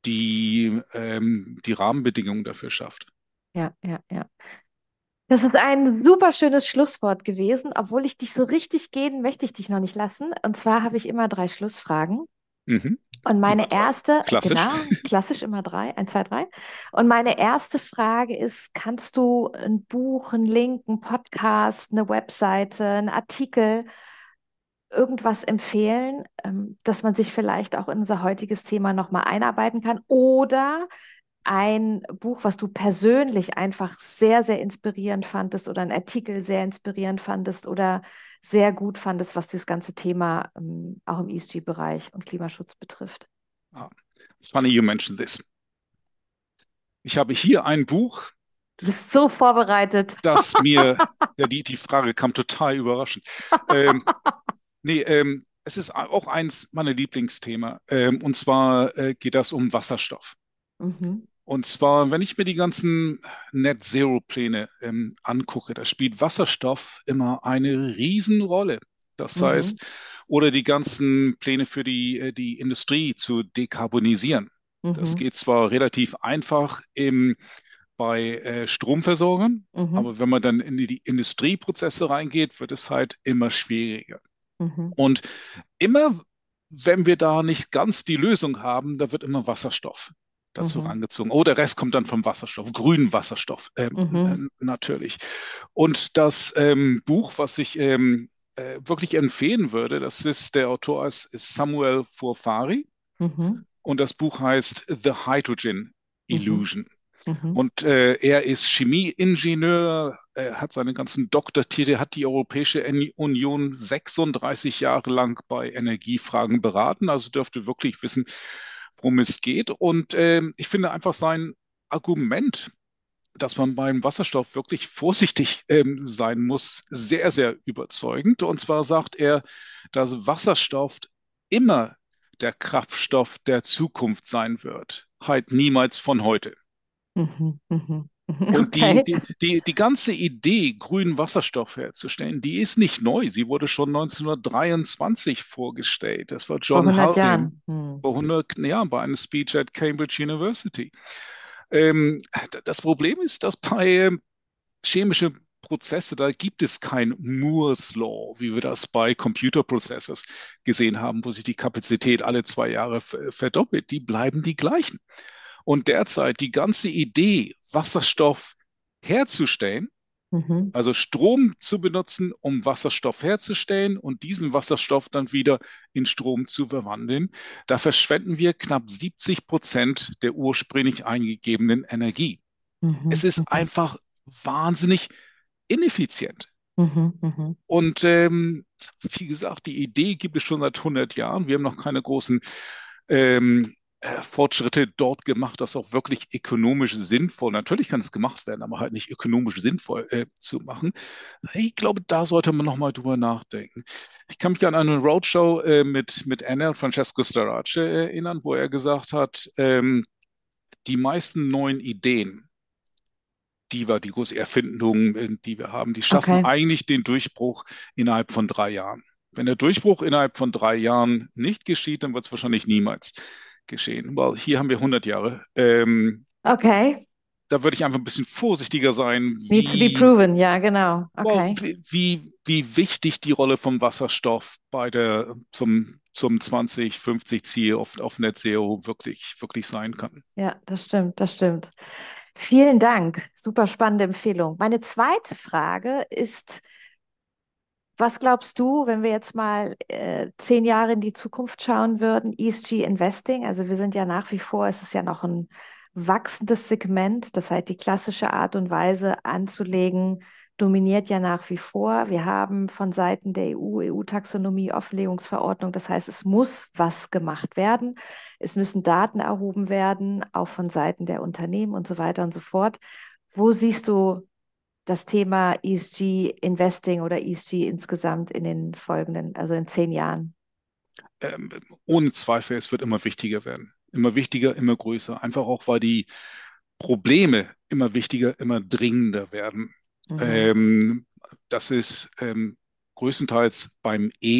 S2: die Rahmenbedingungen dafür schafft.
S1: Ja, ja, ja. Das ist ein super schönes Schlusswort gewesen. Obwohl ich dich so richtig gehen, möchte ich dich noch nicht lassen. Und zwar habe ich immer drei Schlussfragen.
S2: Mhm.
S1: Und
S2: Immer
S1: meine
S2: drei.
S1: erste,
S2: Klassisch.
S1: genau, klassisch immer drei, eins, zwei, drei. Und meine erste Frage ist, kannst du ein Buch, einen Link, einen Podcast, eine Webseite, einen Artikel, irgendwas empfehlen, dass man sich vielleicht auch in unser heutiges Thema nochmal einarbeiten kann? Oder ein Buch, was du persönlich einfach sehr, sehr inspirierend fandest oder ein Artikel sehr inspirierend fandest oder sehr gut fandest, was das ganze Thema auch im ESG-Bereich und Klimaschutz betrifft?
S2: Ah, funny you mentioned this. Ich habe hier ein Buch,
S1: Du bist so vorbereitet.
S2: das mir, ja, die Frage kam total überraschend. Ähm, Nee, es ist auch eins meiner Lieblingsthemen. Und zwar geht das um Wasserstoff.
S1: Mhm,
S2: Und zwar, wenn ich mir die ganzen Net-Zero-Pläne angucke, da spielt Wasserstoff immer eine Riesenrolle. Das
S1: mhm,
S2: heißt, oder die ganzen Pläne für die Industrie zu dekarbonisieren. Das
S1: mhm,
S2: geht zwar relativ einfach bei Stromversorgern,
S1: mhm,
S2: aber wenn man dann in die Industrieprozesse reingeht, wird es halt immer schwieriger.
S1: mhm,
S2: Und immer, wenn wir da nicht ganz die Lösung haben, da wird immer Wasserstoff dazu
S1: mhm,
S2: rangezogen. Oh, der Rest kommt dann vom Wasserstoff, grünen Wasserstoff
S1: mhm,
S2: natürlich. Und das Buch, was ich wirklich empfehlen würde, das ist der Autor ist Samuel Furfari
S1: mhm,
S2: und das Buch heißt The Hydrogen
S1: mhm,
S2: Illusion.
S1: mhm,
S2: Und er ist Chemieingenieur, er hat seine ganzen Doktortitel, hat die Europäische Union 36 Jahre lang bei Energiefragen beraten, also dürfte wirklich wissen, worum es geht. Und ich finde einfach sein Argument, dass man beim Wasserstoff wirklich vorsichtig sein muss, sehr, sehr überzeugend. Und zwar sagt er, dass Wasserstoff immer der Kraftstoff der Zukunft sein wird, halt niemals von heute.
S1: mhm, mhm, mhm.
S2: Und
S1: Okay.
S2: die ganze Idee, grünen Wasserstoff herzustellen, die ist nicht neu. Sie wurde schon 1923 vorgestellt. Das war
S1: Vor
S2: John
S1: 100
S2: Haldane
S1: Jahren. Hm.
S2: vor 100 Jahren bei einem Speech at Cambridge University. Das Problem ist, dass bei chemische Prozesse, da gibt es kein Moore's Law, wie wir das bei Computerprozessors gesehen haben, wo sich die Kapazität alle 2 Jahre verdoppelt. Die bleiben die gleichen. Und derzeit die ganze Idee, Wasserstoff herzustellen,
S1: Mhm,
S2: also Strom zu benutzen, um Wasserstoff herzustellen und diesen Wasserstoff dann wieder in Strom zu verwandeln, da verschwenden wir knapp 70% der ursprünglich eingegebenen Energie.
S1: mhm,
S2: Es ist
S1: mhm,
S2: einfach wahnsinnig ineffizient.
S1: mhm, mhm,
S2: Und wie gesagt, die Idee gibt es schon seit 100 Jahren. Wir haben noch keine großen Fortschritte dort gemacht, das auch wirklich ökonomisch sinnvoll. Natürlich kann es gemacht werden, aber halt nicht ökonomisch sinnvoll zu machen. Ich glaube, da sollte man noch mal drüber nachdenken. Ich kann mich an eine Roadshow mit Enel Francesco Starace erinnern, wo er gesagt hat, die meisten neuen Ideen, die große Erfindungen, die wir haben, die schaffen
S1: okay.
S2: eigentlich den Durchbruch innerhalb von 3 Jahren. Wenn der Durchbruch innerhalb von 3 Jahren nicht geschieht, dann wird es wahrscheinlich niemals geschehen. Weil hier haben wir 100 Jahre.
S1: Okay.
S2: Da würde ich einfach ein bisschen vorsichtiger sein,
S1: Needs to be proven. Ja, genau. Okay.
S2: wie wichtig die Rolle vom Wasserstoff zum 2050-Ziel auf Net Zero wirklich sein kann.
S1: Ja, das stimmt, das stimmt. Vielen Dank. Super spannende Empfehlung. Meine zweite Frage ist, was glaubst du, wenn wir jetzt mal 10 Jahre in die Zukunft schauen würden, ESG Investing? Also wir sind ja nach wie vor, es ist ja noch ein wachsendes Segment. Das heißt, die klassische Art und Weise anzulegen, dominiert ja nach wie vor. Wir haben von Seiten der EU, EU-Taxonomie, Offenlegungsverordnung. Das heißt, es muss was gemacht werden. Es müssen Daten erhoben werden, auch von Seiten der Unternehmen und so weiter und so fort. Wo siehst du das Thema ESG Investing oder ESG insgesamt in den folgenden, also in 10 Jahren?
S2: ähm, Ohne Zweifel, es wird immer wichtiger werden. Immer wichtiger, immer größer. Einfach auch, weil die Probleme immer wichtiger, immer dringender werden.
S1: Mhm.
S2: Ähm, Das ist größtenteils beim E.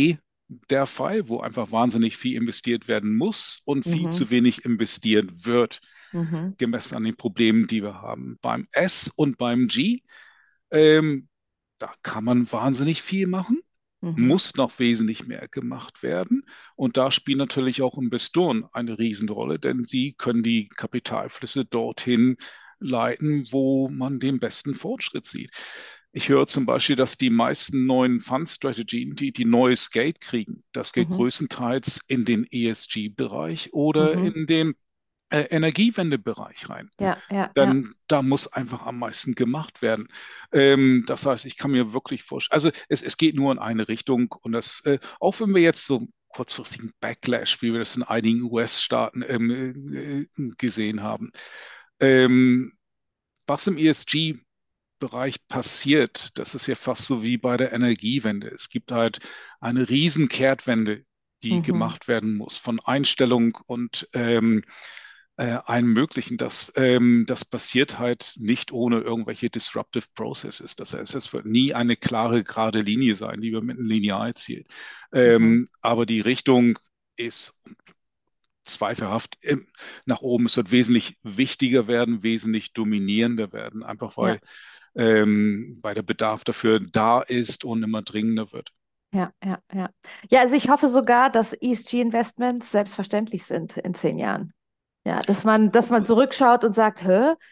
S2: der Fall, wo einfach wahnsinnig viel investiert werden muss und viel
S1: Mhm.
S2: zu wenig investiert wird,
S1: Mhm.
S2: gemessen an den Problemen, die wir haben. Beim S und beim G, ähm, da kann man wahnsinnig viel machen,
S1: Mhm.
S2: muss noch wesentlich mehr gemacht werden. Und da spielen natürlich auch Investoren eine Riesenrolle, denn sie können die Kapitalflüsse dorthin leiten, wo man den besten Fortschritt sieht. Ich höre zum Beispiel, dass die meisten neuen Fund-Strategien, die neues Geld kriegen, das geht
S1: Mhm.
S2: größtenteils in den ESG-Bereich oder
S1: Mhm.
S2: in den Energiewendebereich rein.
S1: Ja, ja, ja.
S2: Denn da muss einfach am meisten gemacht werden. Das heißt, ich kann mir wirklich vorstellen, also es geht nur in eine Richtung und auch wenn wir jetzt so kurzfristigen Backlash, wie wir das in einigen US-Staaten gesehen haben, ähm, was im ESG-Bereich passiert, das ist ja fast so wie bei der Energiewende. Es gibt halt eine Riesenkehrtwende, die
S1: Mhm.
S2: gemacht werden muss von Einstellung und allem Möglichen. Das passiert halt nicht ohne irgendwelche disruptive processes. Das heißt, es wird nie eine klare, gerade Linie sein, die wir mit einem Lineal zielen.
S1: Mhm.
S2: Aber die Richtung ist zweifelhaft nach oben. Es wird wesentlich wichtiger werden, wesentlich dominierender werden, einfach
S1: Ja,
S2: weil der Bedarf dafür da ist und immer dringender wird.
S1: ja, ja, ja. Ja, also ich hoffe sogar, dass ESG-Investments selbstverständlich sind in 10 Jahren. Ja, dass man zurückschaut und sagt,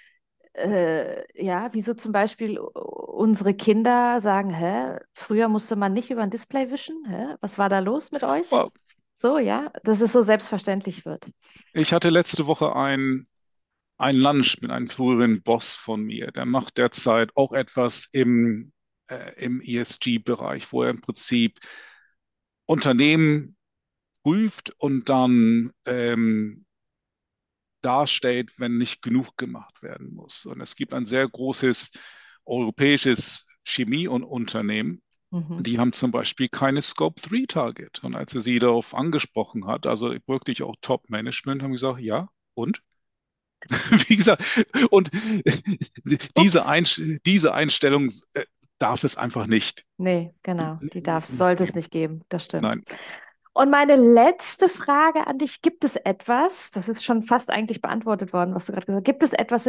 S1: ja, wieso zum Beispiel unsere Kinder sagen, früher musste man nicht über ein Display wischen, was war da los mit euch?
S2: Well,
S1: So, ja, dass es so selbstverständlich wird.
S2: ich hatte letzte Woche ein Lunch mit einem früheren Boss von mir. Der macht derzeit auch etwas im ESG-Bereich, wo er im Prinzip Unternehmen prüft und dann darstellt, wenn nicht genug gemacht werden muss. Und es gibt ein sehr großes europäisches Chemie- und Unternehmen,
S1: Mhm.
S2: die haben zum Beispiel keine Scope-3-Target. Und als er sie darauf angesprochen hat, also wirklich auch Top-Management, haben gesagt, ja, und? Wie gesagt, und
S1: Ups.
S2: diese Einstellung darf es einfach nicht.
S1: Nee, genau,
S2: Nicht
S1: sollte es
S2: geben.
S1: nicht geben, das stimmt.
S2: Nein.
S1: Und meine letzte Frage an dich, gibt es etwas, das ist schon fast eigentlich beantwortet worden, was du gerade gesagt hast, gibt es etwas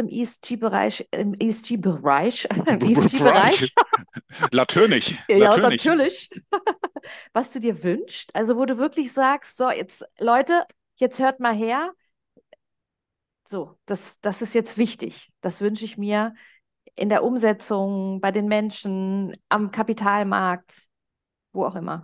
S1: im
S2: Bereich.
S1: ESG-Bereich,
S2: Latönisch.
S1: ja,
S2: Latönisch.
S1: natürlich, was du dir wünschst? Also wo du wirklich sagst, so, jetzt, Leute, jetzt hört mal her, so, das ist jetzt wichtig. Das wünsche ich mir in der Umsetzung, bei den Menschen, am Kapitalmarkt, wo auch immer.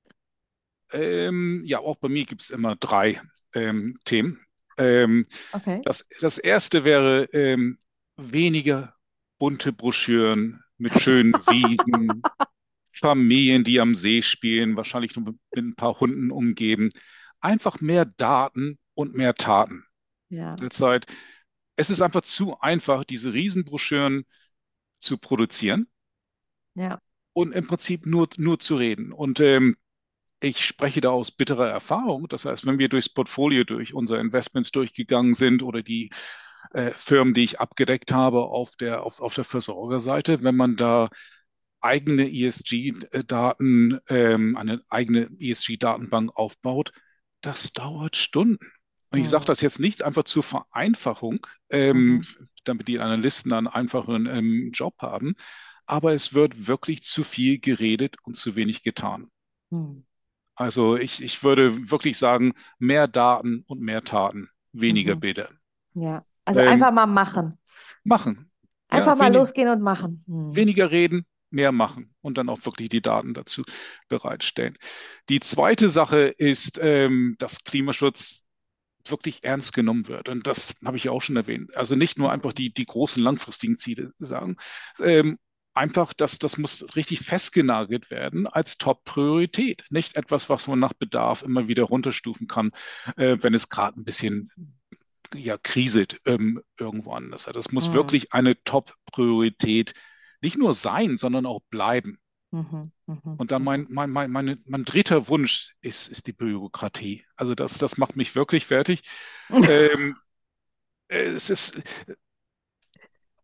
S2: Ja, auch bei mir gibt es immer drei Themen. Ähm,
S1: Okay.
S2: das erste wäre weniger bunte Broschüren mit schönen Wiesen, Familien, die am See spielen, wahrscheinlich nur mit ein paar Hunden umgeben. Einfach mehr Daten und mehr Taten.
S1: Ja,
S2: Derzeit, es ist einfach zu einfach, diese Riesenbroschüren zu produzieren
S1: ja.
S2: und im Prinzip nur zu reden. Und ich spreche da aus bitterer Erfahrung. Das heißt, wenn wir durchs Portfolio, durch unsere Investments durchgegangen sind oder die Firmen, die ich abgedeckt habe auf der Versorgerseite, wenn man da eigene ESG-Daten, eine eigene ESG-Datenbank aufbaut, das dauert Stunden. Und ich sage
S1: Hm.
S2: das jetzt nicht einfach zur Vereinfachung,
S1: Mhm.
S2: damit die Analysten einen einfachen Job haben, aber es wird wirklich zu viel geredet und zu wenig getan.
S1: Hm.
S2: Also ich würde wirklich sagen, mehr Daten und mehr Taten, weniger
S1: Mhm.
S2: Bilder.
S1: Ja, also
S2: Ähm,
S1: einfach mal machen.
S2: machen.
S1: Einfach
S2: Ja,
S1: mal losgehen und machen. Hm.
S2: weniger reden, mehr machen und dann auch wirklich die Daten dazu bereitstellen. Die zweite Sache ist, dass Klimaschutz wirklich ernst genommen wird. Und das habe ich ja auch schon erwähnt. Also nicht nur einfach
S1: Hm.
S2: die großen langfristigen Ziele sagen, ähm, einfach, das muss richtig festgenagelt werden als Top-Priorität. Nicht etwas, was man nach Bedarf immer wieder runterstufen kann, wenn es gerade ein bisschen ja, kriselt irgendwo anders. Also das muss
S1: Hm.
S2: wirklich eine Top-Priorität nicht nur sein, sondern auch bleiben.
S1: Mhm. Mhm.
S2: Und dann
S1: Mhm.
S2: mein dritter Wunsch ist die Bürokratie. Also das macht mich wirklich fertig. Ähm, es ist,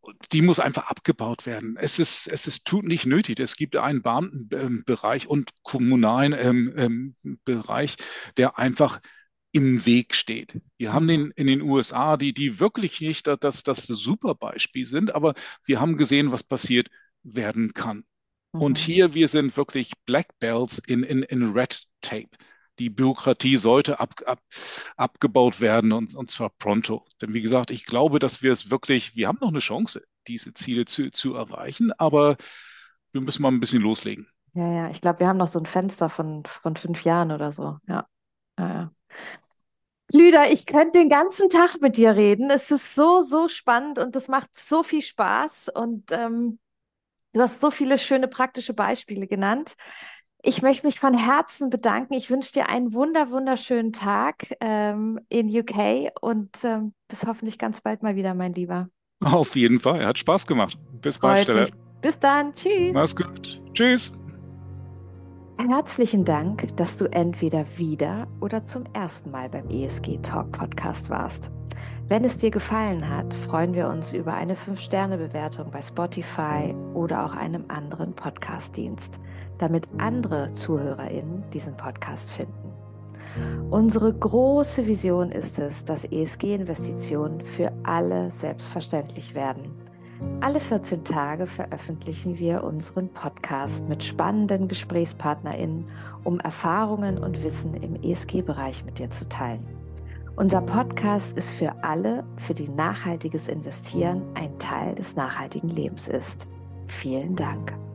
S2: die muss einfach abgebaut werden. Tut nicht nötig. Es gibt einen Beamtenbereich und kommunalen Bereich, der einfach im Weg steht. Wir haben in den USA, die wirklich nicht das Superbeispiel sind, aber wir haben gesehen, was passiert werden kann. Und
S1: Mhm.
S2: hier, wir sind wirklich Black Belts in Red Tape. Die Bürokratie sollte abgebaut werden und zwar pronto. Denn wie gesagt, ich glaube, dass wir haben noch eine Chance, diese Ziele zu erreichen, aber wir müssen mal ein bisschen loslegen.
S1: Ja, ja, ich glaube, wir haben noch so ein Fenster von 5 Jahren oder so. Ja, ja, ja. Lüder, ich könnte den ganzen Tag mit dir reden. Es ist so, so spannend und es macht so viel Spaß und du hast so viele schöne praktische Beispiele genannt. Ich möchte mich von Herzen bedanken. Ich wünsche dir einen wunderschönen Tag in UK und bis hoffentlich ganz bald mal wieder, mein Lieber.
S2: Auf jeden Fall, hat Spaß gemacht. Bis bald,
S1: Freut
S2: Stella.
S1: mich. Bis dann. Tschüss.
S2: Mach's gut. Tschüss.
S1: Herzlichen Dank, dass du entweder wieder oder zum ersten Mal beim ESG Talk Podcast warst. Wenn es dir gefallen hat, freuen wir uns über eine 5-Sterne-Bewertung bei Spotify oder auch einem anderen Podcast-Dienst, damit andere ZuhörerInnen diesen Podcast finden. Unsere große Vision ist es, dass ESG-Investitionen für alle selbstverständlich werden. Alle 14 Tage veröffentlichen wir unseren Podcast mit spannenden GesprächspartnerInnen, um Erfahrungen und Wissen im ESG-Bereich mit dir zu teilen. Unser Podcast ist für alle, für die nachhaltiges Investieren ein Teil des nachhaltigen Lebens ist. Vielen Dank.